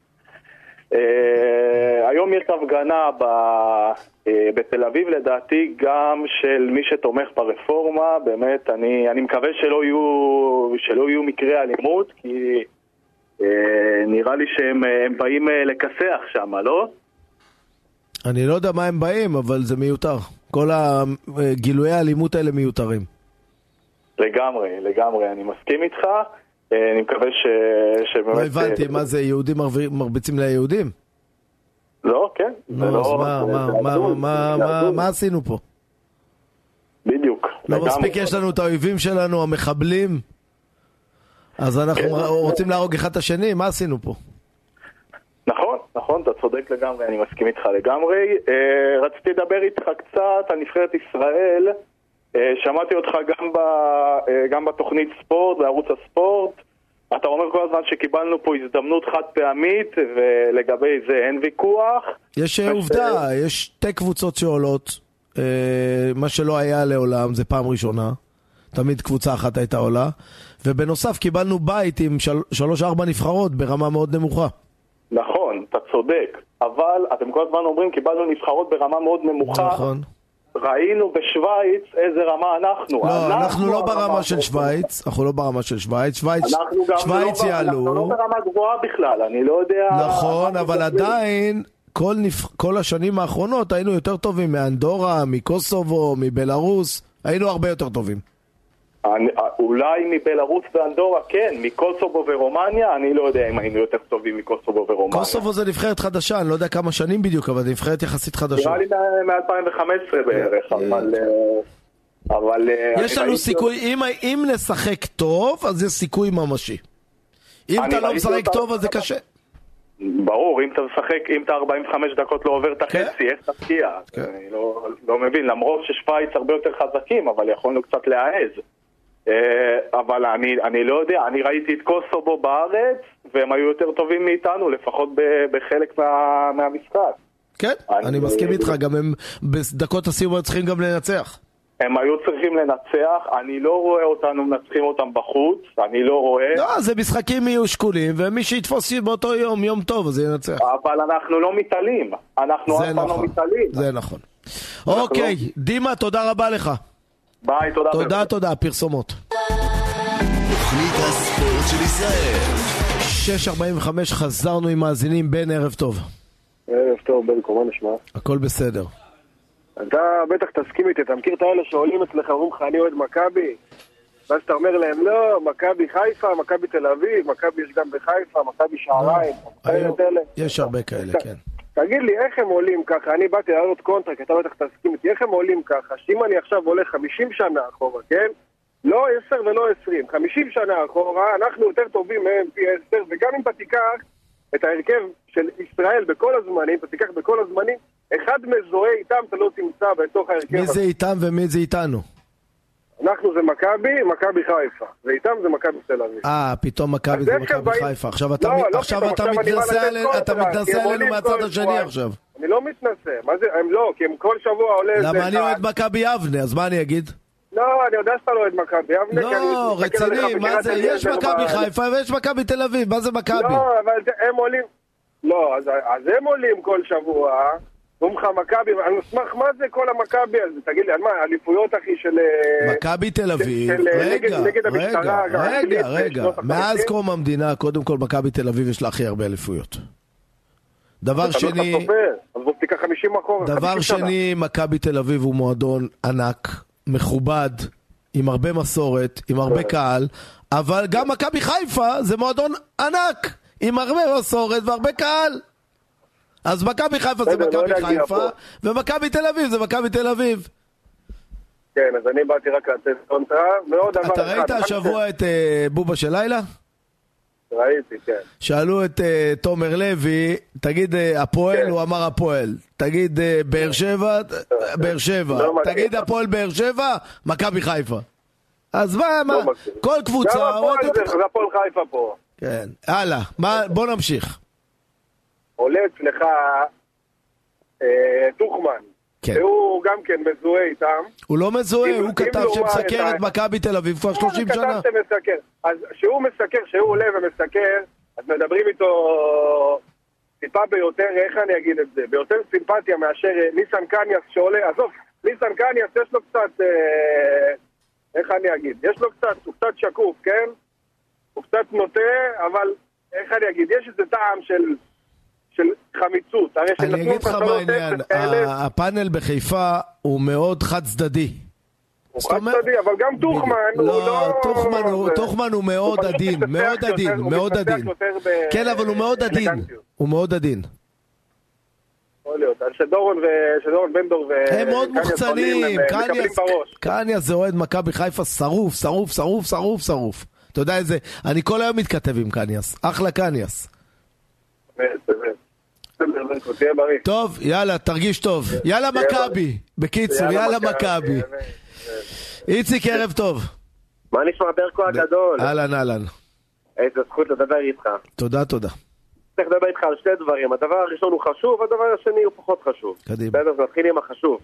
היום יש הפגנה בתל אביב לדעתי גם של מי שתומך ברפורמה. באמת אני מקווה שלא יהיו מקרי אלימות, כי נראה לי שהם באים לכסח שם, לא? אני לא יודע מה הם באים, אבל זה מיותר. כל הגילויי האלימות האלה מיותרים. לגמרי, אני מסכים איתך. אני מקווה לא הבנתי, מה זה, יהודים מרביצים ליהודים? לא, כן. אז מה עשינו פה? בדיוק. לא מספיק יש לנו את האויבים שלנו, המחבלים, אז אנחנו רוצים להרוג אחד את השני, מה עשינו פה? נכון, אתה צודק לגמרי, אני מסכים איתך לגמרי. רציתי לדבר איתך קצת על נבחרת ישראל. שמעתי אותך גם בתוכנית ספורט, בערוץ הספורט. אתה אומר כל הזמן שקיבלנו פה הזדמנות חד פעמית, ולגבי זה אין ויכוח. יש עובדה, יש שתי קבוצות שעולות, מה שלא היה לעולם, זה פעם ראשונה. תמיד קבוצה אחת הייתה עולה. ובנוסף קיבלנו בית עם 3-4 נבחרות ברמה מאוד נמוכה. נכון, אתה צודק. אבל אתם כל הזמן אומרים, קיבלנו נבחרות ברמה מאוד נמוכה. נכון. ראינו בשוויץ איזה רמה אנחנו. לא, אנחנו לא ברמה של שוויץ. אנחנו לא ברמה של שוויץ. שוויץ יעלו. אנחנו לא ברמה גבוהה בכלל, אני לא יודע... נכון, אבל עדיין, כל השנים האחרונות היינו יותר טובים מאנדורה, מקוסובו, מבלרוס. היינו הרבה יותר טובים. אולי מבלרוס ואנדורה, כן. מקוסובו ורומניה, אני לא יודע אם היינו יותר טובים מקוסובו ורומניה. קוסובו זה נבחרת חדשה, אני לא יודע כמה שנים בדיוק, אבל נבחרת יחסית חדשה. נראה לי מ-2015 בערך, אבל... יש לנו סיכוי, אם נשחק טוב, אז יש סיכוי ממשי. אם אתה לא משחק טוב, אז זה קשה. ברור, אם אתה משחק, אם אתה 45 דקות לא עובר את החצי, איך תפקיע? אני לא מבין, למרות ששוויץ הרבה יותר חזקים, אבל יכולנו קצת להעז. אבל אני לא יודע, אני ראיתי את קוסובו בארץ, והם היו יותר טובים מאיתנו, לפחות בחלק מהמשחק. כן, אני מסכים איתך, גם הם בדקות הסיום היו צריכים גם לנצח. הם היו צריכים לנצח, אני לא רואה אותנו מנצחים אותם בחוץ, אני לא רואה. לא, זה משחקים יהיו שקולים, ומי שיתפוס באותו יום טוב, אז ינצח. אבל אנחנו לא מתעלים, אנחנו אף פעם לא מתעלים. זה נכון. אוקיי, דימה, תודה רבה לך. ביי, תודה. תודה, פרסומות. תוכנית הספורט של ישראל. 6:45 חזרנו עם מאזינים. בן, ערב טוב. ערב טוב, בן, מה נשמע? הכל בסדר. אתה בטח תסכים איתי, אתה מכיר את האלה שעולים אצלך, אומרים לך, אני אוהד מכבי, ואז אתה אומר להם, לא, מכבי חיפה, מכבי תל אביב, מכבי יש גם בחיפה, מכבי שעריים, יש הרבה כאלה, כן. תגיד לי, איך הם עולים ככה? אני באתי לעלות קונטרקט, אתה בטח תסכים איתי, איך הם עולים ככה? שאם אני עכשיו עולה 50 שנה אחורה, כן? לא 10 ולא 20, 50 שנה אחורה, אנחנו יותר טובים מהם פי 10, וגם אם אתה תיקח את ההרכב של ישראל בכל הזמנים, אתה תיקח בכל הזמנים, אחד מזוהה איתם אתה לא תמצא בתוך ההרכב. מי זה איתם ומי זה איתנו? אנחנו זה מכבי חיפה, ואיתם זה מכבי תל אביב. פתאום מכבי זה מכבי חיפה. עכשיו אתה מתנסה עלינו מהצד השני עכשיו. אני לא מתנסה, מה זה? הם לא, כי הם כל שבוע עולה... למה אני אוהד מכבי יבנה, אז מה אני אגיד? לא, אני יודע שאתה לא אוהד מכבי יבנה. לא, רציני, מה זה? יש מכבי חיפה ויש מכבי תל אביב, מה זה מכבי? לא, אבל הם עולים... לא, אז הם עולים כל שבוע... אומרים לך מכבי, אני אשמח מה זה כל המכבי הזה, תגיד לי, על מה, אליפויות אחי של... מכבי תל אביב, רגע, מאז קום המדינה, קודם כל מכבי תל אביב יש לה הכי הרבה אליפויות. דבר שני, אז בוא תיקח 50 מקום. דבר שני, מכבי תל אביב הוא מועדון ענק, מכובד, עם הרבה מסורת, עם הרבה קהל, אבל גם מכבי חיפה זה מועדון ענק, עם הרבה מסורת והרבה קהל. אז מכבי חיפה זה מכבי חיפה, ומכבי תל אביב זה מכבי תל אביב. כן, אז אני באתי רק לתת קונטרה, ועוד דבר אחד. אתה ראית השבוע את בובה של לילה? ראיתי, כן. שאלו את תומר לוי, תגיד הפועל, הוא אמר הפועל. תגיד באר שבע, באר שבע. תגיד הפועל באר שבע, מכבי חיפה. אז מה, כל קבוצה... גם הפועל חיפה פה. כן, הלאה, בוא נמשיך. עולה אצלך תוכמן, שהוא גם כן מזוהה איתם. הוא לא מזוהה, הוא כתב שמסקר את מכבי תל אביב כבר 30 שנה. אז שהוא מסקר, שהוא עולה ומסקר, אז מדברים איתו טיפה ביותר, איך אני אגיד את זה, ביותר סימפתיה מאשר ניסן קניאס שעולה, עזוב, ניסן קניאס יש לו קצת, איך אני אגיד, יש לו קצת, הוא קצת שקוף, כן? הוא קצת נוטה, אבל איך אני אגיד, יש איזה טעם של חמיצות. אני אגיד לך מה העניין, הפאנל בחיפה הוא מאוד חד צדדי. הוא חד צדדי, אבל גם תוכמן הוא לא... תוכמן הוא מאוד עדין, מאוד עדין. כן, אבל הוא מאוד עדין. הוא מאוד עדין. יכול להיות. שדורון בן דור הם מאוד מוחצנים. מקבלים בראש. קניאס זה אוהד מכבי חיפה שרוף, שרוף, שרוף, שרוף, שרוף. אתה יודע איזה, אני כל היום מתכתב עם קניאס. אחלה קניאס. טוב, יאללה, תרגיש טוב. יאללה מכבי. בקיצור, יאללה מכבי. איציק, ערב טוב. מה נשמע ברקו הגדול? אהלן. איזה זכות לדבר איתך. תודה. צריך לדבר איתך על שני דברים. הדבר הראשון הוא חשוב, הדבר השני הוא פחות חשוב. קדימה. בסדר, נתחיל עם החשוב.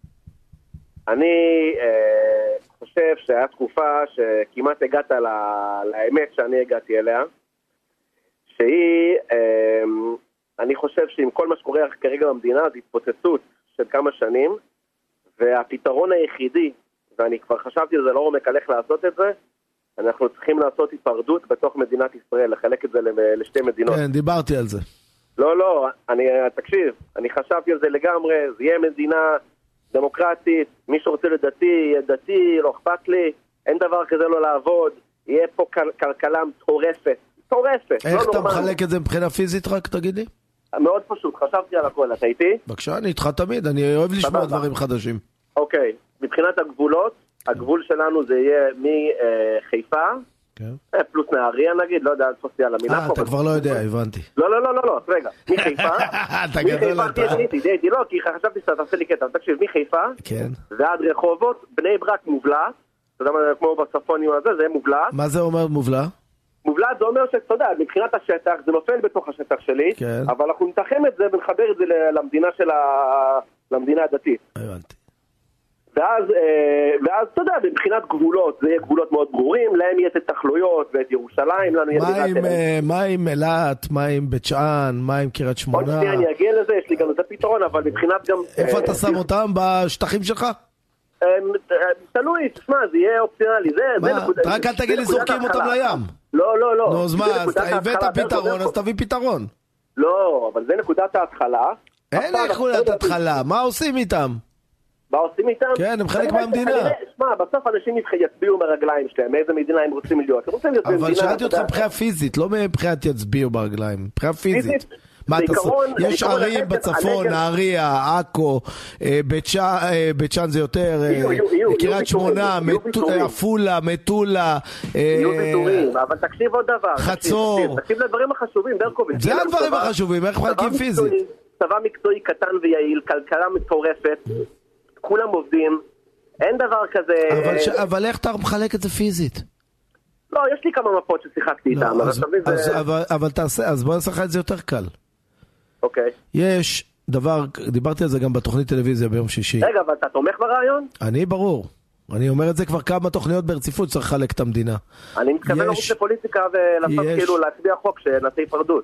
אני חושב שהיה תקופה שכמעט הגעת לאמת שאני הגעתי אליה, שהיא, אני חושב שעם כל מה שקורה כרגע במדינה, זה התפוצצות של כמה שנים, והפתרון היחידי, ואני כבר חשבתי על זה לא עומק על איך לעשות את זה, אנחנו צריכים לעשות היפרדות בתוך מדינת ישראל, לחלק את זה לשתי מדינות. כן, דיברתי על זה. לא, תקשיב, אני חשבתי על זה לגמרי, זה יהיה מדינה דמוקרטית, מי שרוצה לדתי, יהיה דתי, לא אכפת לי, אין דבר כזה לא לעבוד, יהיה פה כלכלה מטורפת. איך אתה מחלק את זה מבחינה פיזית רק, תגידי? מאוד פשוט, חשבתי על הכל, אתה איתי? בבקשה, אני איתך תמיד, אני אוהב לשמוע דברים חדשים. אוקיי, מבחינת הגבולות, הגבול שלנו זה יהיה מחיפה, פלוס נהריה נגיד, לא יודע, אל תפוסי על המילה פה. אתה כבר לא יודע, הבנתי. לא, רגע, מחיפה, אתה גדול אתה. דייתי, לא, כי חשבתי שאתה תעשה לי קטע, תקשיב, מחיפה, ועד רחובות, בני ברק מובלעת, אתה יודע מה, כמו בצפונים הזה, זה מובלעת. מה זה אומר מובלעת? מובלעת זה אומר שאתה יודע, מבחינת השטח, זה נופל בתוך השטח שלי, אבל אנחנו נתחם את זה ונחבר את זה למדינה הדתית. הבנתי. ואז, אתה יודע, מבחינת גבולות, זה יהיה גבולות מאוד ברורים, להם יהיה את התחלויות ואת ירושלים, לנו יהיה... מה עם אילת, מה עם בית שאן, מה עם קריית שמונה? עוד שנייה, אני אגיע לזה, יש לי גם את הפתרון, אבל מבחינת גם... איפה אתה שם אותם? בשטחים שלך? תלוי, תשמע, זה יהיה אופציונלי, זה נקודה... רק אל תגיד לי זורקים אותם לים. לא. נו, אז מה, אז הבאת פתרון, אז תביא פתרון. לא, אבל זה נקודת ההתחלה. אין נקודת ההתחלה, מה עושים איתם? מה עושים איתם? כן, הם חלק מהמדינה. שמע, בסוף אנשים יצביעו ברגליים שלהם, מאיזה מדינה הם רוצים להיות. אבל שאלתי אותך מבחינה פיזית, לא מבחינת יצביעו ברגליים, מבחינה פיזית. מה אתה עושה? יש ערים בצפון, נהריה, עכו, בית שאן זה יותר, קריית שמונה, עפולה, מטולה, יהיו ויתורים, אבל תקשיב עוד דבר. חצור. תקשיב לדברים החשובים, ברקוביץ'. זה הדברים החשובים, איך מחלקים פיזית? צבא מקצועי קטן ויעיל, כלכלה מטורפת, כולם עובדים, אין דבר כזה... אבל איך אתה מחלק את זה פיזית? לא, יש לי כמה מפות ששיחקתי איתם. אבל תעשה, אז בוא נעשה לך את זה יותר קל. אוקיי. יש דבר, דיברתי על זה גם בתוכנית טלוויזיה ביום שישי. רגע, אבל אתה תומך ברעיון? אני ברור. אני אומר את זה כבר כמה תוכניות ברציפות שצריך לחלק את המדינה. אני מתכוון לרוץ לפוליטיקה ולעשות כאילו להצביע חוק שנעשה היפרדות.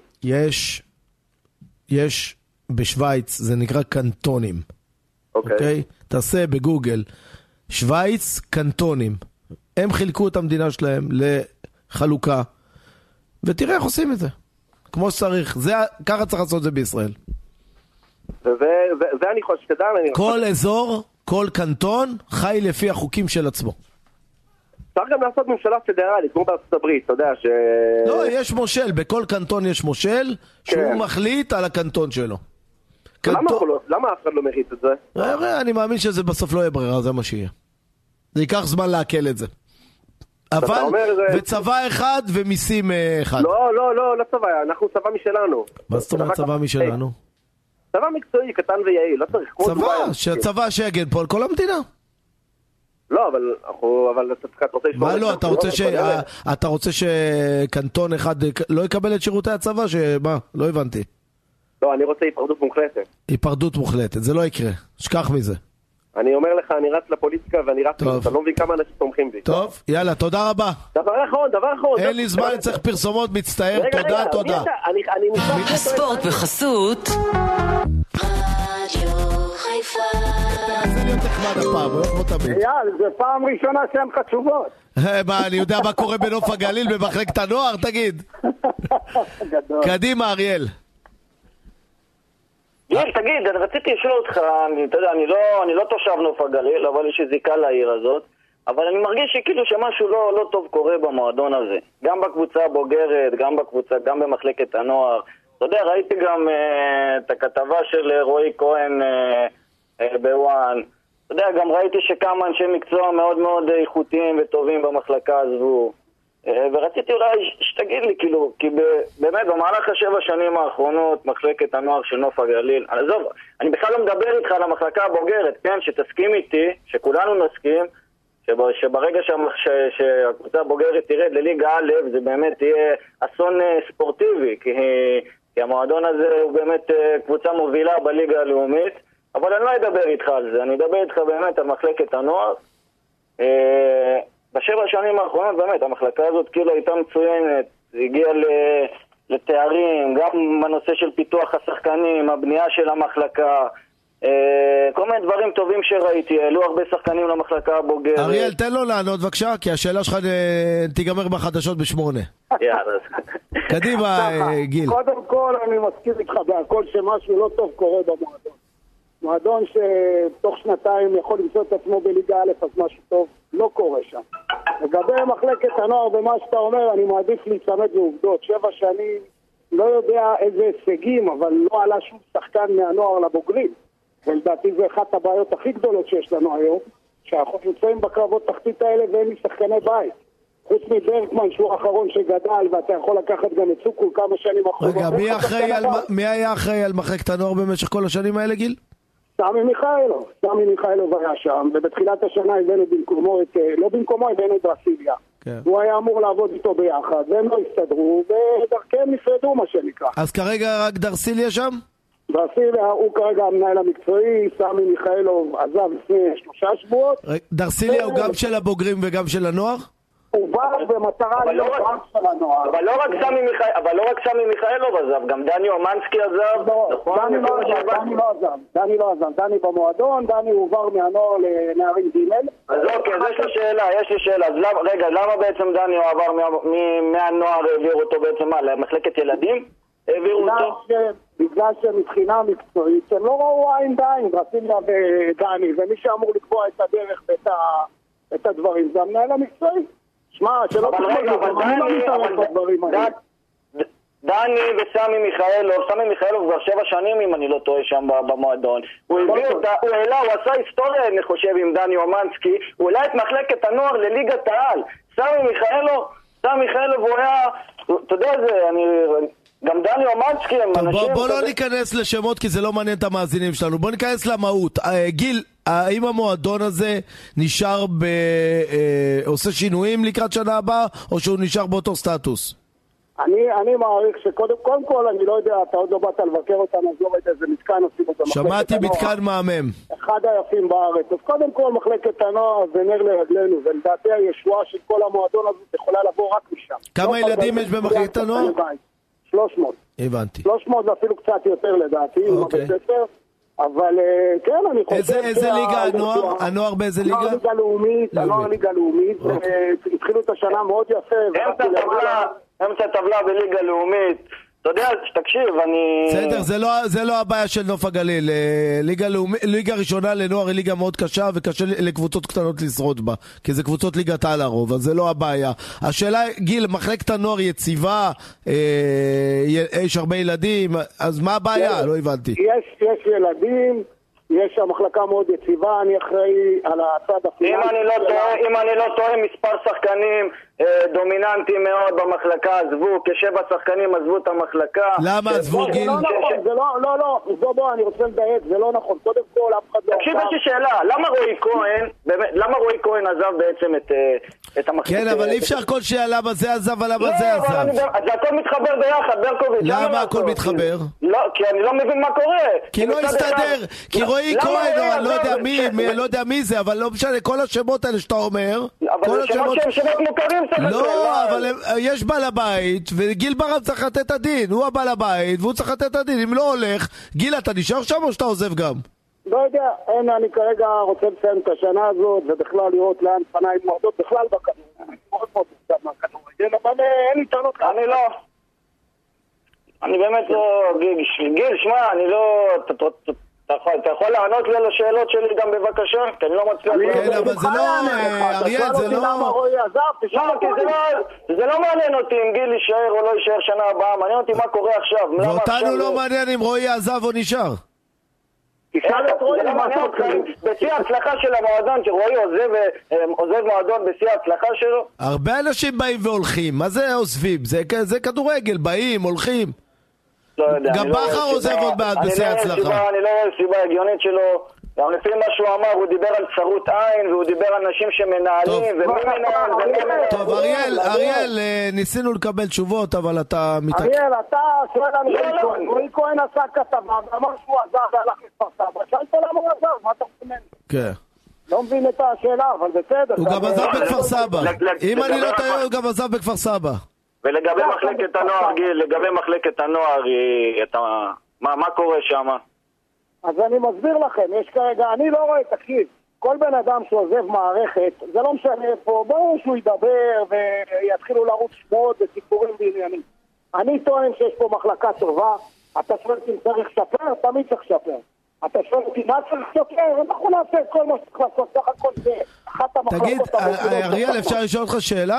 יש בשוויץ, זה נקרא קנטונים. אוקיי? תעשה בגוגל, שוויץ קנטונים. הם חילקו את המדינה שלהם לחלוקה, ותראה איך עושים את זה. כמו שצריך. ככה צריך לעשות את זה בישראל. וזה אני חושב שתדע... כל אזור, כל קנטון, חי לפי החוקים של עצמו. צריך גם לעשות ממשלה פדרלית, כמו בארצות הברית, אתה יודע ש... לא, יש מושל, בכל קנטון יש מושל, שהוא מחליט על הקנטון שלו. למה אף אחד לא מריץ את זה? אני מאמין שזה בסוף לא יהיה ברירה, זה מה שיהיה. זה ייקח זמן להקל את זה. אבל, וצבא אחד ומיסים אחד. לא צבא, אנחנו צבא משלנו. מה זאת אומרת צבא משלנו? צבא מקצועי, קטן ויעיל, לא צריך. צבא שיגן פה על כל המדינה. לא, אבל אתה רוצה... מה לא, אתה רוצה שקנטון אחד לא יקבל את שירותי הצבא? מה? לא הבנתי. לא, אני רוצה היפרדות מוחלטת. היפרדות מוחלטת, זה לא יקרה. שכח מזה. אני אומר לך, אני רץ לפוליטיקה ואני רץ... אתה לא מבין כמה אנשים תומכים בי. טוב, יאללה, תודה רבה. דבר אחרון. אין לי זמן, צריך פרסומות, מצטער. תודה. הספורט בחסות רדיו חיפה. זה להיות נחמד הפעם, הוא כמו תמיד. אייל, זה פעם ראשונה שהן חשובות. אני יודע מה קורה בנוף הגליל במחלקת הנוער, תגיד. קדימה, אריאל. גיל, תגיד, אני רציתי לשאול אותך, אתה יודע, אני לא תושב נוף הגליל, אבל יש לי זיקה לעיר הזאת, אבל אני מרגיש שכאילו שמשהו לא טוב קורה במועדון הזה. גם בקבוצה הבוגרת, גם במחלקת הנוער, אתה יודע, ראיתי גם את הכתבה של רועי כהן בוואן. אתה יודע, גם ראיתי שכמה אנשי מקצוע מאוד מאוד איכותיים וטובים במחלקה עזבו. ורציתי אולי שתגיד לי, כאילו, כי באמת במהלך 7 השנים האחרונות מחלקת הנוער של נוף הגליל, עזוב, אני בכלל לא מדבר איתך על המחלקה הבוגרת, כן, שתסכים איתי, שכולנו נסכים, שברגע שהקבוצה הבוגרת תרד לליגה א', זה באמת יהיה אסון ספורטיבי, כי המועדון הזה הוא באמת קבוצה מובילה בליגה הלאומית, אבל אני לא אדבר איתך על זה, אני אדבר איתך באמת על מחלקת הנוער. ב7 השנים האחרונות באמת המחלקה הזאת כאילו הייתה מצוינת, הגיעה לתארים, גם בנושא של פיתוח השחקנים, הבנייה של המחלקה, כל מיני דברים טובים שראיתי, העלו הרבה שחקנים למחלקה הבוגרת. אריאל, תן לו לענות בבקשה, כי השאלה שלך תיגמר בחדשות ב8. יאללה. קדימה, גיל. קודם כל אני מסכים איתך בהכל שמשהו לא טוב קורה במועדון. מועדון שתוך 2 יכול למצוא את עצמו בליגה א', אז משהו טוב לא קורה שם. לגבי מחלקת הנוער ומה שאתה אומר, אני מעדיף להצמד לעובדות. 7 שנים, לא יודע איזה הישגים, אבל לא עלה שום שחקן מהנוער לבוגרים. ולדעתי זה אחת הבעיות הכי גדולות שיש לנו היום, שאנחנו נמצאים בקרבות תחתית האלה ואין לי שחקני בית. חוץ מברקמן שהוא האחרון שגדל, ואתה יכול לקחת גם את סוקול כמה שנים אחרות. רגע, מי היה אחראי על מחלקת הנוער במשך כל השנים האלה, גיל? סמי מיכאלוב היה שם, ובתחילת השנה הבאנו במקומו הבאנו את דרסיליה. הוא היה אמור לעבוד איתו ביחד, והם לא הסתדרו, ודרכם נפרדו מה שנקרא. אז כרגע רק דרסיליה שם? דרסיליה הוא כרגע המנהל המקצועי, סמי מיכאלוב עזב לפני 3 שבועות. דרסיליה הוא גם של הבוגרים וגם של הנוער? הוא בא במטרה להיות רק של הנוער. אבל לא רק סמי מיכאלוב עזב, גם דני אומנסקי עזב. דני לא עזב, דני במועדון, דני הועבר מהנוער לנערים ג'. אז אוקיי, אז יש לי שאלה, אז רגע, למה בעצם דני עבר מהנוער, העביר אותו בעצם מה, למחלקת ילדים? העבירו אותו? בגלל שמבחינה מקצועית, הם לא ראו עין בעין, דרסיליה ודני, ומי שאמור לקבוע את הדרך ואת הדברים, זה המנהל המקצועי. שמע, שלא תחזור, אני לא מתערב בדברים האלה. דני וסמי מיכאלוב כבר 7 שנים אם אני לא טועה שם במועדון. הוא עשה היסטוריה אני חושב עם דני אומנסקי, הוא העלה את מחלקת הנוער לליגת העל. סמי מיכאלוב הוא היה, אתה יודע זה, גם דני אומנסקי הם אנשים... בוא לא ניכנס לשמות כי זה לא מעניין את המאזינים שלנו, בוא ניכנס למהות. גיל, האם המועדון הזה נשאר עושה שינויים לקראת שנה הבאה, או שהוא נשאר באותו סטטוס? אני מעריך שקודם כל, אני לא יודע, אתה עוד לא באת לבקר אותנו, אז לא ראית איזה מתקן עושים את המחלקת הנוער. שמעתי מתקן מהמם. אחד היפים בארץ. אז קודם כל מחלקת הנוער זה נר לרגלינו, ולדעתי הישועה של כל המועדון הזה יכולה לבוא רק משם. כמה ילדים יש במחלקת הנוער? 300. הבנתי. 300 ואפילו קצת יותר לדעתי, עם הבית ספר. אבל כן, אני חושב... איזה ליגה הנוער? הנוער באיזה ליגה? הנוער ליגה לאומית. התחילו את השנה מאוד יפה. אמצע טבלה בליגה לאומית. אתה יודע, תקשיב, אני... בסדר, זה לא הבעיה של נוף הגליל. ליגה ראשונה לנוער היא ליגה מאוד קשה, וקשה לקבוצות קטנות לשרוד בה, כי זה קבוצות ליגת העל הרוב, אז זה לא הבעיה. השאלה, גיל, מחלקת הנוער יציבה, יש הרבה ילדים, אז מה הבעיה? לא הבנתי. יש ילדים, יש שם מחלקה מאוד יציבה, אני אחראי על הצד הפיננסי. אם אני לא טועה, מספר שחקנים דומיננטי מאוד במחלקה עזבו, כ7 שחקנים עזבו את המחלקה. למה עזבו, גיל? בוא, אני רוצה לדייק, זה לא נכון. קודם כל, אף אחד לא... תקשיב, יש לי שאלה, למה רועי כהן עזב בעצם את המחלקה? כן, אבל אי אפשר כל שאלה, למה זה עזב ולמה זה עזב. אז הכל מתחבר ביחד, ברקוביץ'. למה הכל מתחבר? לא, כי אני לא מבין מה קורה. כי לא הסתדר, כי רועי כהן, אני לא יודע מי זה, אבל לא משנה, כל השמות האלה שאתה אומר, אבל זה שמות מוכרים. לא, אבל יש בעל הבית, וגיל ברם צריך לתת את הדין. הוא הבעל הבית, והוא צריך לתת את הדין. אם לא הולך, גיל, אתה נשאר שם או שאתה עוזב גם? לא יודע, אני כרגע רוצה לסיים את השנה הזאת, ובכלל לראות לאן פניי מועדות בכלל בכדורגל. מאוד מאוד מוקדם מהכדורגל, אבל אין לי טענות. אני באמת לא... גיל, שמע, אני לא... אתה יכול לענות לי על השאלות שלי גם בבקשה? כי אני לא מצליח... כן, אבל זה לא... אריאל, זה לא... זה לא מעניין אותי אם גיל יישאר או לא יישאר שנה הבאה, מעניין אותי מה קורא עכשיו. ואותנו לא מעניין אם רועי עזב או נשאר. בשיא ההצלחה של המועדון, שרועי עוזב מועדון בשיא ההצלחה שלו. הרבה אנשים באים והולכים, מה זה עוזבים? זה כדורגל, באים, הולכים. גם בכר עוזב עוד בעד בשיא ההצלחה. אני לא רואה סיבה הגיונית שלו. גם לפי מה שהוא אמר, הוא דיבר על צרות עין, והוא דיבר על אנשים שמנהלים, ומי מנהל. טוב, אריאל, ניסינו לקבל תשובות, אבל אתה מתעקש. אריאל, אתה שואל לנו, רועי כהן עשה כתבה, ואמר שהוא עזב והלך לכפר סבא. שאלת למה הוא עזב, מה אתה חושב? כן. לא מבין את השאלה, אבל בסדר. הוא גם עזב בכפר סבא. אם אני לא טועה, הוא גם עזב בכפר סבא. ולגבי מחלקת הנוער, גיל, לגבי מחלקת הנוער, מה קורה שם? אז אני מסביר לכם, יש כרגע, אני לא רואה, תקשיב, כל בן אדם שעוזב מערכת, זה לא משנה פה, ברור שהוא ידבר ויתחילו לרוץ שמות וסיפורים בעניינים. אני טוען שיש פה מחלקה טובה, אתה שואל אם צריך לשפר, תמיד צריך לשפר. אתה שואל אותי מה צריך לשפר, אנחנו נעשה כל מה שצריך לעשות, סך הכל זה אחת המחלקות. תגיד, אריאל, אפשר לשאול אותך שאלה?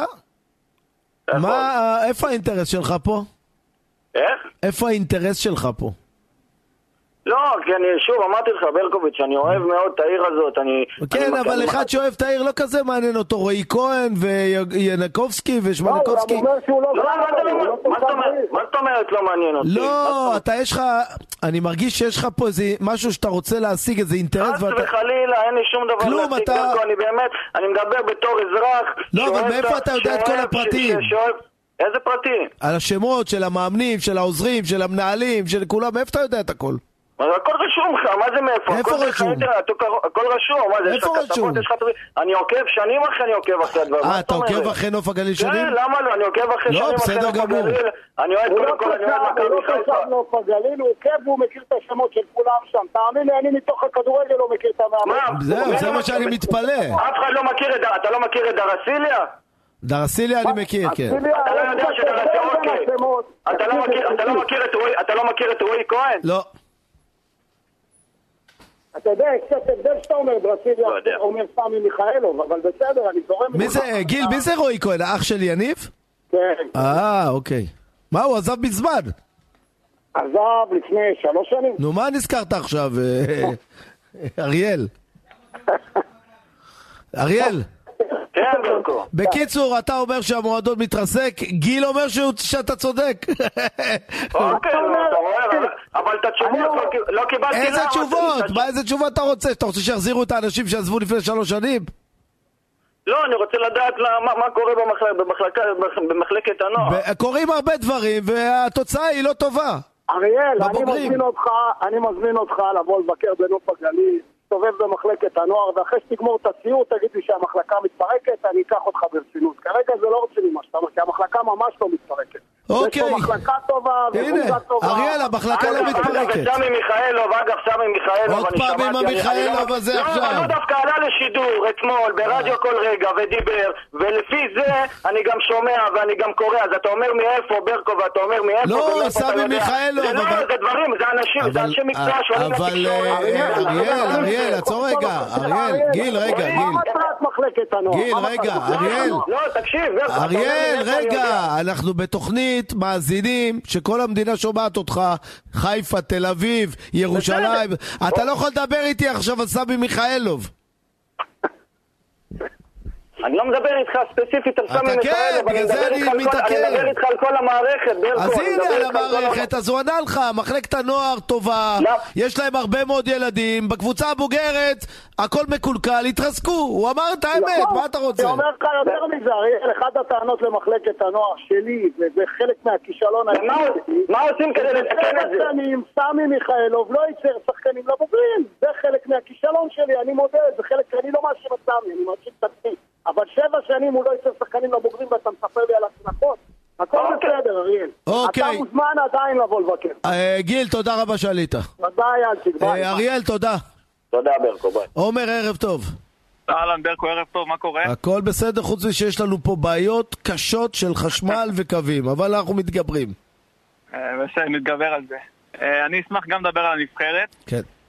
איפה האינטרס שלך פה? איך? איפה האינטרס שלך פה? לא, כי אני שוב אמרתי לך, ברקוביץ', אני אוהב מאוד את העיר הזאת. כן, אבל אחד שאוהב את העיר לא כזה מעניין אותו, רועי כהן וינקובסקי ושמנקובסקי. מה זאת אומרת לא מעניין אותי? לא, אתה יש לך, אני מרגיש שיש לך פה איזה משהו שאתה רוצה להשיג, איזה אינטרס. חס וחלילה, אין לי שום דבר להשיג דרכו, אני באמת, אני מדבר בתור אזרח. לא, אבל מאיפה אתה יודע את כל הפרטים? איזה פרטים? על השמות של המאמנים, של העוזרים, של המנהלים, של כולם, מאיפה אתה יודע את הכל? הכל רשום לך, מה זה מאיפה? איפה רשום? הכל רשום, מה זה? איפה רשום? אני עוקב שנים אחרי, אני עוקב אחרי הדבר. אתה עוקב אחרי נוף הגליל שנים? כן, למה לא? אני עוקב אחרי שנים אחרי נוף הגליל. אני אוהד קודם כל, אני אוהד מכבי חיפה. הוא לא נוף הגליל, הוא עוקב והוא מכיר את השמות של כולם שם. תאמין לי, אני מתוך הכדורגל לא מכיר את המאמן. זהו, זה מה שאני מתפלא. אף אחד לא מכיר, אתה לא מכיר את דרסיליה? דרסיליה אני מכיר, כן. אתה לא יודע שדרסיליה, אתה לא מכיר את רועי כהן? לא. אתה יודע, קצת הבדל שאתה אומר, דרסיליה אומר סמי מיכאלוב, אבל בסדר, אני זורם... גיל, מי זה רועי כהן? האח של יניב? כן. אוקיי. מה, הוא עזב בזמן? עזב לפני 3 שנים. נו, מה נזכרת עכשיו, אריאל? אריאל? כן, ברקו. בקיצור, אתה אומר שהמועדון מתרסק, גיל אומר שאתה צודק. אוקיי, אתה רואה, אבל את התשובות לא קיבלתי. איזה תשובות? איזה תשובות אתה רוצה? אתה רוצה שיחזירו את האנשים שעזבו לפני 3 שנים? לא, אני רוצה לדעת מה קורה במחלקת הנוער. קורים הרבה דברים, והתוצאה היא לא טובה. אריאל, אני מזמין אותך לבוא לבקר בנוף הגליל. תסתובב במחלקת הנוער, ואחרי שתגמור את הציור תגיד לי שהמחלקה מתפרקת, אני אקח אותך ברצינות. כרגע זה לא רציני מה שאתה אומר, כי המחלקה ממש לא מתפרקת. אוקיי. יש פה מחלקה טובה וקבוצה טובה. אריאל, המחלקה לא מתפרקת. סמי מיכאלוב, עוד פעם עם המיכאלוב הזה עכשיו. הוא דווקא עלה לשידור אתמול ברדיו כל רגע ודיבר, ולפי זה אני גם שומע ואני גם קורא, אז אתה אומר מאיפה ברקו ואתה אומר מאיפה. לא, סמי מיכאלוב. זה דברים, זה אנשי מקצוע שונים לתקשורת. אריאל, עצור רגע, גיל, רגע. גיל, רגע, אריאל. לא, תקשיב. אריאל, רגע, אנחנו בתוכנית מאזינים שכל המדינה שומעת אותך, חיפה, תל אביב, ירושלים. אתה לא יכול לדבר איתי עכשיו על סמי מיכאלוב. אני לא מדבר איתך ספציפית על סמי מיכאלוב, אני מדבר איתך על כל המערכת. אז הנה על המערכת, אז הוא ענה לך, מחלקת הנוער טובה, יש להם הרבה מאוד ילדים, בקבוצה הבוגרת הכל מקולקל, התרסקו, הוא אמר את האמת, מה אתה רוצה? אני אומר לך יותר מזה, אריאל, אחד הטענות למחלקת הנוער שלי, וזה חלק מהכישלון. מה עושים כדי לתקן את זה? סמי מיכאלוב לא ייצר שחקנים לבוגרים, זה חלק מהכישלון שלי, אני מודה, זה חלק, אני לא מאשים את סמי, אני מאשים את עצמי. אבל 7 שנים הוא לא ייצר שחקנים לבוגרים ואתה מספר לי על הצלחות. הכל בסדר, אריאל. אתה מוזמן עדיין לבוא לבקר. גיל, תודה רבה שעלית. תודה, ינציק, ביי. אריאל, תודה. תודה, ברקו, ביי. עומר, ערב טוב. אהלן, ברקו, ערב טוב, מה קורה? הכל בסדר, חוץ משיש לנו פה בעיות קשות של חשמל וקווים, אבל אנחנו מתגברים. בסדר, נתגבר על זה. אני אשמח גם לדבר על הנבחרת. כן.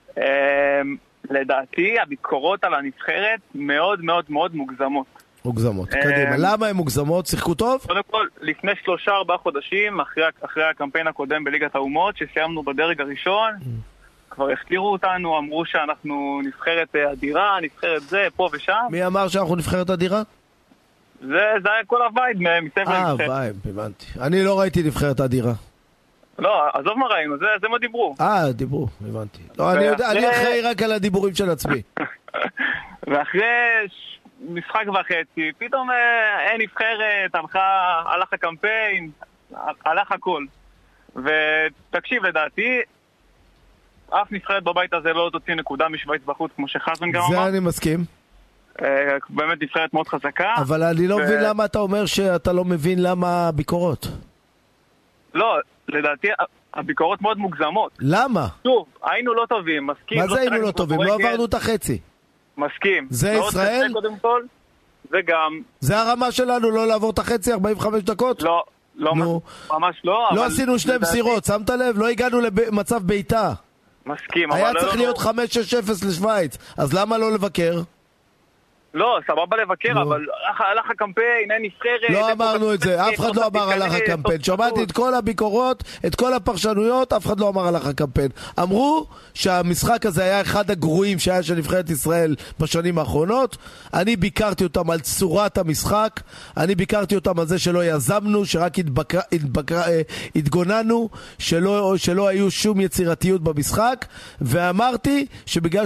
לדעתי הביקורות על הנבחרת מאוד מאוד מאוד מוגזמות. מוגזמות, קדימה. למה הן מוגזמות? שיחקו טוב? קודם כל, לפני 3-4 חודשים, אחרי הקמפיין הקודם בליגת האומות, שסיימנו בדרג הראשון, כבר הכתירו אותנו, אמרו שאנחנו נבחרת אדירה, נבחרת זה, פה ושם. מי אמר שאנחנו נבחרת אדירה? זה היה כל הווייד מסביב לנבחרת. וייד, הבנתי. אני לא ראיתי נבחרת אדירה. לא, עזוב מה ראינו, זה מה דיברו. דיברו, הבנתי. לא, אני אחראי רק על הדיבורים של עצמי. ואחרי משחק וחצי, פתאום אין נבחרת, הלך הקמפיין, הלך הכל. ותקשיב, לדעתי, אף נבחרת בבית הזה לא תוציא נקודה משוויץ בחוץ, כמו שחזן גם אמר. זה אני מסכים. באמת נבחרת מאוד חזקה. אבל אני לא מבין למה אתה אומר שאתה לא מבין למה ביקורות. לא, לדעתי הביקורות מאוד מוגזמות. למה? שוב, היינו לא טובים, מסכים. מה זה היינו לא טובים? לא עברנו את החצי. מסכים. זה ישראל? קודם כל, וגם... זה הרמה שלנו, לא לעבור את החצי 45 דקות? לא, ממש לא. לא עשינו שני מסירות, שמת לב? לא הגענו למצב ביתה. מסכים. היה צריך להיות 5-6-0 לשוויץ, אז למה לא לבקר? לא, סבבה לבקר, אבל הלך הקמפיין, אין נבחרת. לא אמרנו את זה, אף אחד לא אמר הלך הקמפיין. שמעתי את כל הביקורות, את כל הפרשנויות, אף אחד לא אמר הלך הקמפיין. אמרו שהמשחק הזה היה אחד הגרועים שהיה של נבחרת ישראל בשנים האחרונות. אני ביקרתי אותם על צורת המשחק, אני ביקרתי אותם על זה שלא יזמנו, שרק התגוננו, שלא היו שום יצירתיות במשחק, ואמרתי שבגלל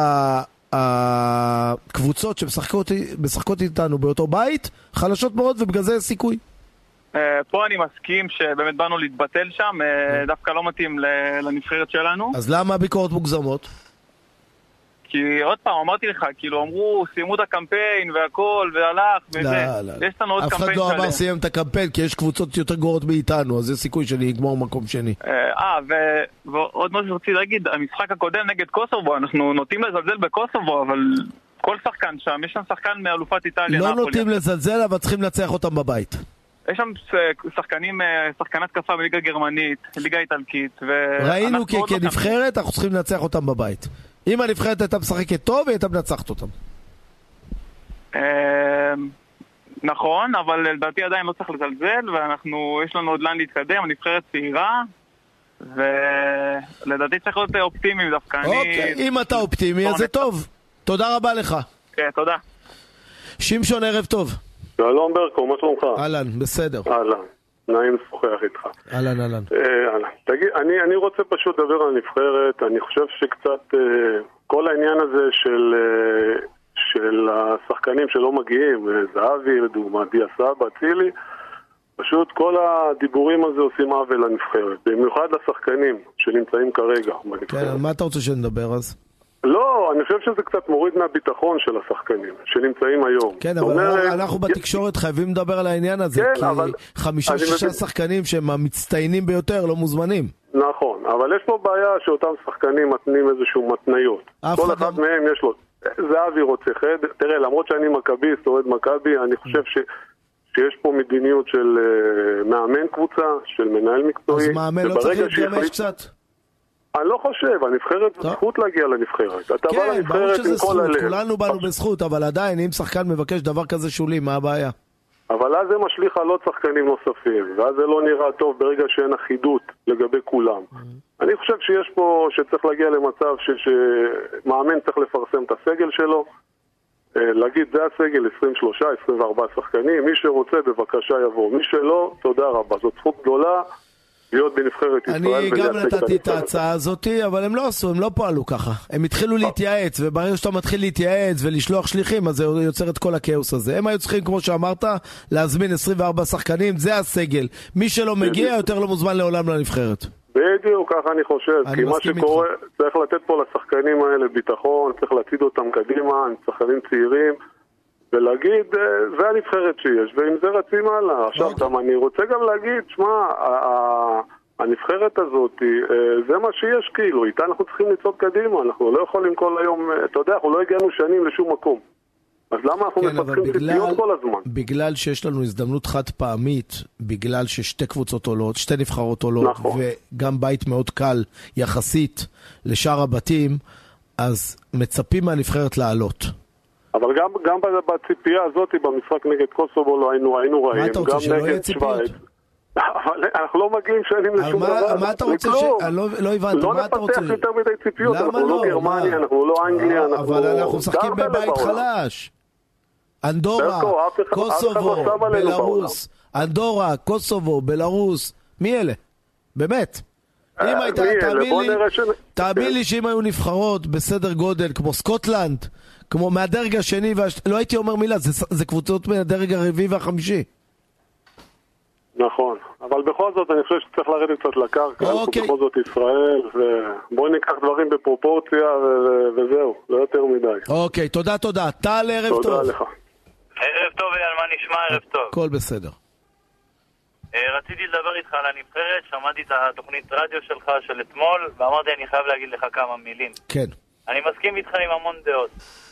הקבוצות שמשחקות איתנו באותו בית חלשות מאוד ובגלל זה יש סיכוי. פה אני מסכים שבאמת באנו להתבטל שם, דווקא לא מתאים לנבחרת שלנו. אז למה הביקורת מוגזמות? כי עוד פעם אמרתי לך, כאילו אמרו סיימו את הקמפיין והכל והלך וזה. יש לנו עוד קמפיין שלם. אף אחד לא אמר סיים את הקמפיין כי יש קבוצות יותר גרועות מאיתנו, אז יש סיכוי שאני אגמור מקום שני. ועוד משהו שרציתי להגיד, המשחק הקודם נגד קוסובו, אנחנו נוטים לזלזל בקוסובו, אבל כל שחקן שם, יש שם שחקן מאלופת איטליה. לא נוטים לזלזל, אבל צריכים לנצח אותם בבית. יש שם שחקנת קפה בליגה גרמנית, ליגה איטלקית. ראינו כנבחרת, אנחנו צריכים לנצח אותם בבית. אם הנבחרת הייתה משחקת טוב, הייתה מנצחת אותם. נכון, אבל לדעתי עדיין לא צריך לזלזל, ויש לנו עוד לאן להתקדם, הנבחרת צעירה, ולדעתי צריך להיות אופטימיים דווקא. אוקיי, אם אתה אופטימי, אז זה טוב. תודה רבה לך. כן, תודה. שמשון, ערב טוב. שלום ברקו, מה שלומך? אהלן, בסדר. אהלן. נעים לשוחח איתך. אהלן. תגיד, אני רוצה פשוט לדבר על נבחרת. אני חושב שקצת כל העניין הזה של השחקנים שלא מגיעים, זהבי לדוגמה, דיה סבא, צילי, פשוט כל הדיבורים הזה עושים עוול לנבחרת, במיוחד לשחקנים שנמצאים כרגע בנבחרת. כן, מה אתה רוצה שנדבר אז? לא, אני חושב שזה קצת מוריד מהביטחון של השחקנים שנמצאים היום. כן, אבל אנחנו בתקשורת חייבים לדבר על העניין הזה, כי 5-6 שחקנים שהם המצטיינים ביותר לא מוזמנים. נכון, אבל יש פה בעיה שאותם שחקנים מתנים איזשהו מתניות. כל אחד מהם יש לו, זהבי רוצה חד, תראה, למרות שאני מכביסט, אוהד מכבי, אני חושב שיש פה מדיניות של מאמן קבוצה, של מנהל מקצועי. אז מאמן לא צריך להתגמש קצת? אני לא חושב, הנבחרת זכות להגיע לנבחרת. אתה בא לנבחרת עם כל הלב. כולנו באנו בזכות, אבל עדיין אם שחקן מבקש דבר כזה שולי, מה הבעיה? אבל אז זה משליך על עוד שחקנים נוספים, ואז זה לא נראה טוב ברגע שאין אחידות לגבי כולם. אני חושב שיש פה, שצריך להגיע למצב שמאמן צריך לפרסם את הסגל שלו, להגיד זה הסגל 23-24 שחקנים, מי שרוצה בבקשה יבוא, מי שלא, תודה רבה, זאת זכות גדולה. להיות בנבחרת ישראל. אני גם נתתי את ההצעה הזאת, אבל הם לא עשו, הם לא פעלו ככה. הם התחילו להתייעץ, וברגע שאתה מתחיל להתייעץ ולשלוח שליחים, אז זה יוצר את כל הכאוס הזה. הם היו צריכים, כמו שאמרת, להזמין 24 שחקנים, זה הסגל. מי שלא מגיע, יותר לא מוזמן לעולם לנבחרת. בדיוק, ככה אני חושב. כי מה שקורה, צריך לתת פה לשחקנים האלה ביטחון, צריך להציד אותם קדימה, שחקנים צעירים, ולהגיד, זה הנבחרת שיש, ועם זה רצים הלאה. עכשיו, גם אני רוצה גם להגיד, שמה, הנבחרת הזאת, זה מה שיש כאילו, איתה אנחנו צריכים לצעוד קדימה, אנחנו לא יכולים כל היום, אתה יודע, אנחנו לא הגענו שנים לשום מקום. אז למה אנחנו מפתחים ציפיות כל הזמן? בגלל שיש לנו הזדמנות חד פעמית, בגלל ששתי קבוצות עולות, שתי נבחרות עולות, נכון. וגם בית מאוד קל יחסית לשאר הבתים, אז מצפים מהנבחרת לעלות. אבל גם בציפייה הזאת, במשחק נגד קוסובו לא היינו רעים. מה אתה רוצה, שלא יהיה ציפיות? אבל אנחנו לא מגיעים שנים לשום דבר. מה אתה רוצה לא הבנתי, מה אתה רוצה? לא נפתח יותר מדי ציפיות, אנחנו לא גרמניה, אנחנו לא אנגליה, אבל אנחנו משחקים בבית חלש. אנדורה, קוסובו, בלרוס. אנדורה, קוסובו, בלרוס. מי אלה? באמת. תאמין לי שאם היו נבחרות בסדר גודל כמו סקוטלנד, כמו מהדרג השני, לא הייתי אומר מילה, זה קבוצות מהדרג הרביעי והחמישי. נכון, אבל בכל זאת אני חושב שצריך לרדת קצת לקרקע, אנחנו בכל זאת ישראל, ובואי ניקח דברים בפרופורציה וזהו, לא יותר מדי. אוקיי, תודה. טל, ערב טוב. תודה לך. ערב טוב, אייל, מה נשמע? ערב טוב. הכל בסדר. רציתי לדבר איתך על הנבחרת, שמעתי את התוכנית רדיו שלך של אתמול, ואמרתי אני חייב להגיד לך כמה מילים. כן. אני מסכים איתך עם המון דעות.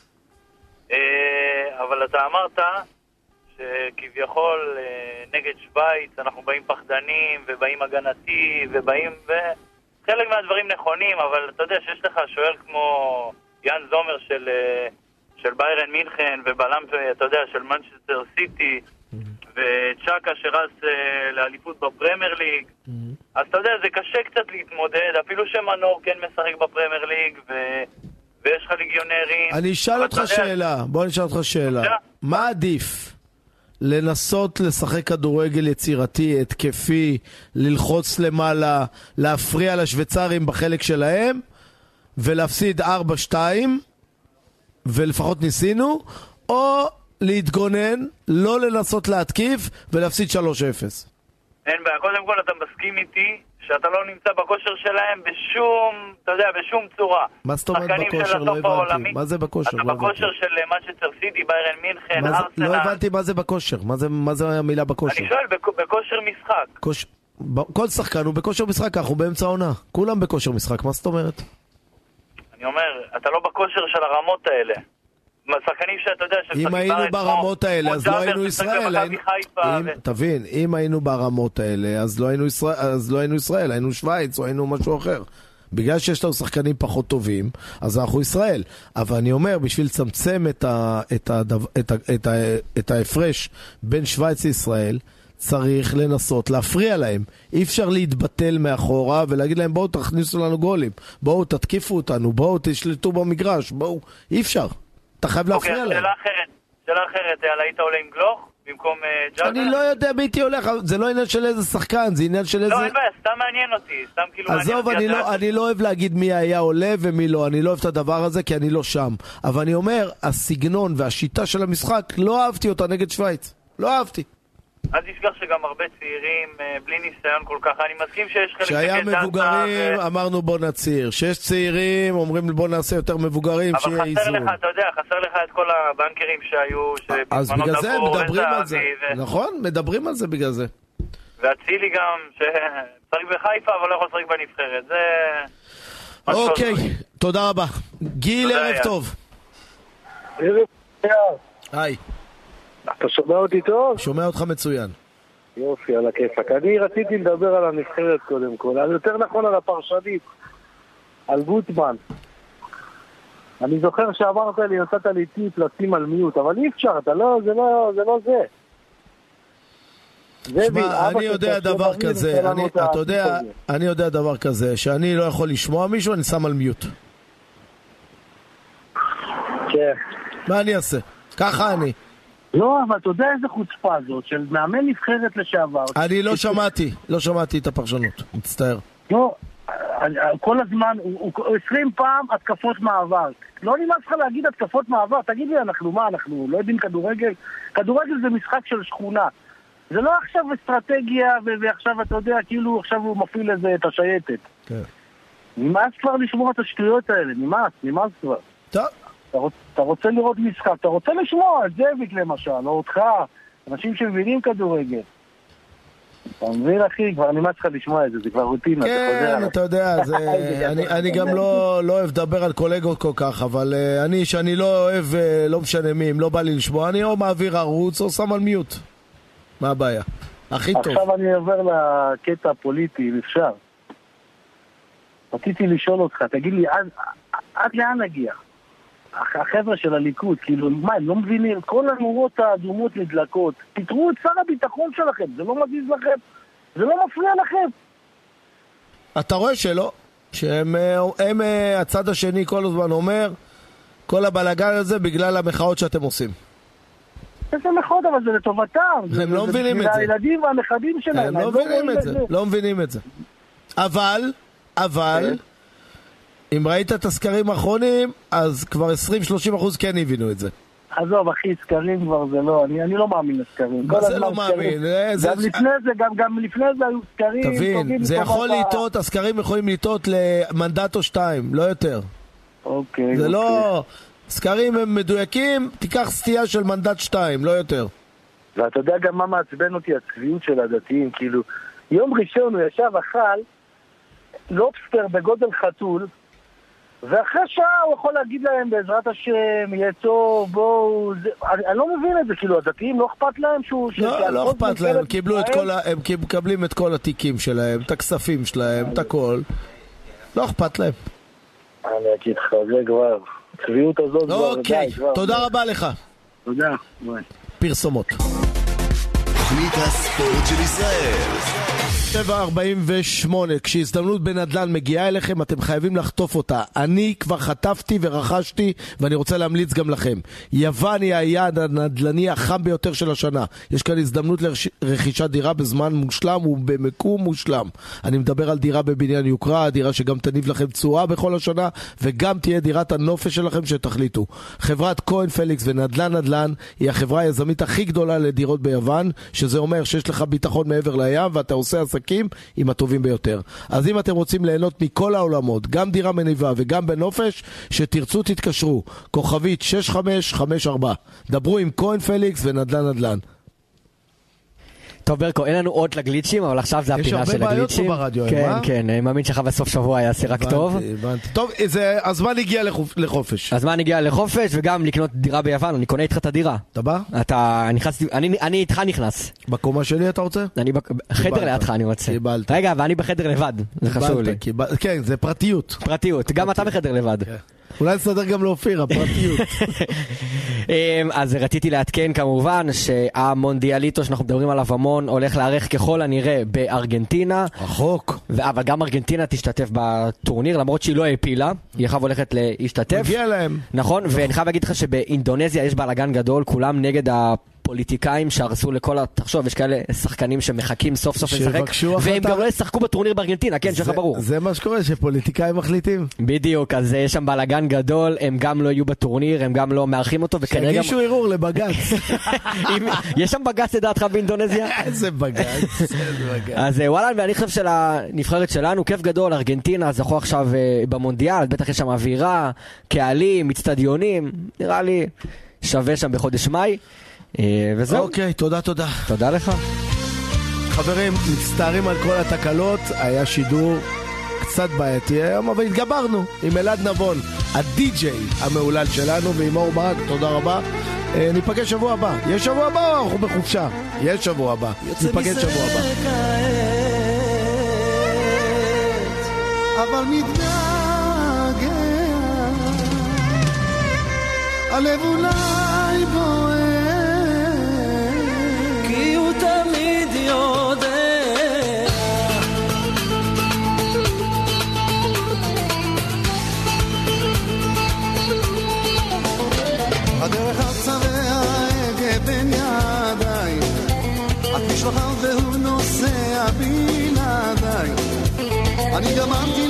אבל אתה אמרת שכביכול נגד שוויץ אנחנו באים פחדנים ובאים הגנתי ובאים חלק מהדברים נכונים, אבל אתה יודע שיש לך שוער כמו יאן זומר של ביירן מינכן ובלם, אתה יודע, של מנצ'סטר סיטי וצ'אקה שרס לאליפות בפרמייר ליג. אז אתה יודע, זה קשה קצת להתמודד, אפילו שמנור כן משחק בפרמייר ליג ויש לך ליגיונרים. אני אשאל אותך שאלה, בוא נשאל אותך שאלה. מה עדיף? לנסות לשחק כדורגל יצירתי, התקפי, ללחוץ למעלה, להפריע לשוויצרים בחלק שלהם ולהפסיד 4-2 ולפחות ניסינו, או להתגונן, לא לנסות להתקיף ולהפסיד 3-0? אין בעיה, קודם כל אתה מסכים איתי שאתה לא נמצא בכושר שלהם בשום, אתה יודע, בשום צורה. מה זאת אומרת בכושר? לא הבנתי. מה זה בכושר? אתה בכושר של מנצ'סטר סיטי, ביירן מינכן, ארסנל. לא הבנתי מה זה בכושר. מה זה המילה בכושר? אני שואל, בכושר משחק. כל שחקן הוא בכושר משחק, אנחנו באמצע העונה. כולם בכושר משחק, מה זאת אומרת? אני אומר, אתה לא בכושר של הרמות האלה. שחקנים שאתה יודע אם היינו ברמות האלה אז לא היינו ישראל. תבין, אם היינו ברמות האלה אז לא היינו ישראל, היינו שוויץ או היינו משהו אחר. בגלל שיש לנו שחקנים פחות טובים אז אנחנו ישראל. אבל אני אומר, בשביל לצמצם את ההפרש בין שוויץ לישראל צריך לנסות להפריע להם. אי אפשר להתבטל מאחורה ולהגיד להם בואו תכניסו לנו גולים, בואו תתקיפו אותנו, בואו תשלטו במגרש, בואו. אי אפשר. אתה חייב להפריע להם. שאלה אחרת, היית עולה עם גלוך במקום ג'אגר? אני לא יודע מי הייתי הולך, זה לא עניין של איזה שחקן, זה עניין של איזה... לא, אין בעיה, סתם מעניין אותי, סתם כאילו מעניין אותי. עזוב, אני לא אוהב להגיד מי היה עולה ומי לא, אני לא אוהב את הדבר הזה כי אני לא שם. אבל אני אומר, הסגנון והשיטה של המשחק, לא אהבתי אותה נגד שוויץ. לא אהבתי. אז תשכח שגם הרבה צעירים בלי ניסיון כל כך, אני מסכים שיש חלק שהיה מבוגרים, אמרנו בוא נציר, שיש צעירים, אומרים בוא נעשה יותר מבוגרים, שיהיה איזון. אבל חסר לך, אתה יודע, חסר לך את כל הבנקרים שהיו, אז בגלל זה מדברים על זה, נכון? מדברים על זה בגלל זה. והצילי גם, שצריך בחיפה, אבל לא יכול לשחק בנבחרת, זה... אוקיי, תודה רבה. גיל, ערב טוב. ערב טוב. היי. אתה שומע אותי טוב? שומע אותך מצוין. יופי, על הכיפק. אני רציתי לדבר על הנבחרת קודם כל, על יותר נכון על הפרשנית, על גוטמן. אני זוכר שאמרת לי, נתת לי טיפ לשים על מיוט, אבל אי אפשר, זה לא זה. שמע, אני יודע דבר כזה, אני יודע דבר כזה, שאני לא יכול לשמוע מישהו, אני שם על מיוט. כן. מה אני אעשה? ככה אני. לא, אבל אתה יודע איזה חוצפה הזאת של מאמן נבחרת לשעבר. אני לא שמעתי את הפרשנות, מצטער. לא, כל הזמן, 20 פעם התקפות מעבר. לא נמאס לך להגיד התקפות מעבר, תגיד לי, אנחנו לא יודעים כדורגל? כדורגל זה משחק של שכונה. זה לא עכשיו אסטרטגיה, ועכשיו אתה יודע, כאילו עכשיו הוא מפעיל את השייטת. כן. נמאס כבר לשמוע את השטויות האלה, נמאס כבר. טוב. אתה רוצה לראות משחק, אתה רוצה לשמוע את זאביק למשל, או אותך, אנשים שמבינים כדורגל. אתה מבין, אחי? כבר נמאס לך לשמוע את זה, זה כבר רוטינה. כן, אתה יודע, אני גם לא אוהב לדבר על קולגות כל כך, אבל שאני לא אוהב, לא משנה מי, אם לא בא לי לשמוע, אני או מעביר ערוץ או שם על מיוט. מה הבעיה? הכי טוב. עכשיו אני עובר לקטע הפוליטי, אם אפשר. רציתי לשאול אותך, תגיד לי, עד לאן נגיע? החבר'ה של הליכוד, כאילו, מה, הם לא מבינים? כל הנורות האדומות נדלקות. תתראו את שר הביטחון שלכם, זה לא מזיז לכם, זה לא מפריע לכם. אתה רואה שלא? שהם הצד השני כל הזמן אומר, כל הבלגן הזה בגלל המחאות שאתם עושים. איזה מחאות, אבל זה לטובתם. הם לא מבינים את זה. הילדים והנכדים שלהם. הם לא מבינים את זה. לא מבינים את זה. אבל, אם ראית את הסקרים האחרונים, אז כבר 20-30% כן הבינו את זה. עזוב, אחי, סקרים כבר זה לא, אני לא מאמין לסקרים. מה זה לא מאמין? גם לפני זה היו סקרים. תבין, זה יכול לטעות, הסקרים יכולים לטעות למנדט או 2, לא יותר. אוקיי. זה לא... סקרים הם מדויקים, תיקח סטייה של מנדט 2, לא יותר. ואתה יודע גם מה מעצבן אותי, הצביעות של הדתיים, כאילו, יום ראשון הוא ישב אכל לובסטר בגודל חתול, ואחרי שעה הוא יכול להגיד להם בעזרת השם, יהיה טוב, בואו, אני לא מבין את זה, כאילו, הדתיים לא אכפת להם שהוא... לא אכפת להם, הם מקבלים את כל התיקים שלהם, את הכספים שלהם, את הכל, לא אכפת להם. אני אגיד לך, זה כבר, הצביעות הזאת... אוקיי, תודה רבה לך. תודה, ביי. פרסומות. תוכנית הספורט של ישראל. 7:48, כשהזדמנות בנדל"ן מגיעה אליכם, אתם חייבים לחטוף אותה. אני כבר חטפתי ורכשתי, ואני רוצה להמליץ גם לכם. יוון היא היעד הנדל"ני החם ביותר של השנה. יש כאן הזדמנות לרכישת דירה בזמן מושלם ובמקום מושלם. אני מדבר על דירה בבניין יוקרה, דירה שגם תניב לכם תשואה בכל השנה, וגם תהיה דירת הנופש שלכם שתחליטו. חברת כהן פליקס ונדל"ן נדל"ן היא החברה היזמית הכי גדולה לדירות ביוון, שזה אומר שיש לך ביטחון מעבר לים, ואתה עושה עסקים עם הטובים ביותר. אז אם אתם רוצים ליהנות מכל העולמות, גם דירה מניבה וגם בנופש, שתרצו תתקשרו. כוכבית 6554. דברו עם כהן פליקס ונדל"ן נדל"ן. טוב ברקו, אין לנו עוד לגליצ'ים, אבל עכשיו זה הפינה של הגליצ'ים. יש הרבה בעיות פה ברדיו, כן, מה? כן, אני מאמין שלך בסוף שבוע יעשה רק טוב. הבנתי. טוב, הזמן הגיע לחופש. הזמן הגיע לחופש, וגם לקנות דירה ביוון, אני קונה איתך את הדירה. אתה בא? אני איתך נכנס. בקומה שלי אתה רוצה? חדר לידך אני רוצה. קיבלת. רגע, ואני בחדר לבד, זה חשוב לי. כן, זה פרטיות. פרטיות, גם אתה בחדר לבד. אולי נסדר גם לאופיר, הפרטיות. אז רציתי לעדכן כמובן שהמונדיאליטו שאנחנו מדברים עליו המון הולך לערך ככל הנראה בארגנטינה. רחוק. אבל גם ארגנטינה תשתתף בטורניר, למרות שהיא לא העפילה, היא עכשיו הולכת להשתתף. מגיע להם. נכון, ואני חייב להגיד לך שבאינדונזיה יש בלגן גדול, כולם נגד פוליטיקאים שהרסו לכל תחשוב, יש כאלה שחקנים שמחכים סוף סוף לשחק, והם גם לא ישחקו בטורניר בארגנטינה, כן, שלך ברור. זה מה שקורה, שפוליטיקאים מחליטים. בדיוק, אז יש שם בלגן גדול, הם גם לא יהיו בטורניר, הם גם לא מארחים אותו, שיגישו ערעור לבגץ. יש שם בגץ לדעתך באינדונזיה? איזה בגץ. אז וואלה, ואני חושב של הנבחרת שלנו, כיף גדול, ארגנטינה, זכו עכשיו במונדיאל, בטח יש שם אווירה, קהלים, מצטדיונים, נראה לי שווה שם בחודש מאי. וזהו. אוקיי, תודה. תודה לך. חברים, מצטערים על כל התקלות, היה שידור קצת בעייתי היום, אבל התגברנו עם אלעד נבון, הדי-ג'יי המעולל שלנו, ועם אור ברק, תודה רבה. ניפגש שבוע הבא. יש שבוע הבא או אנחנו בחופשה? יש שבוע הבא. ניפגש שבוע הבא. אבל מתגעגע, הלב אולי בוער, כי הוא תמיד יודע הדרך ארצה וההגה בין ידיים, הכביש רחב והוא נוסע בלעדיי, אני גמרתי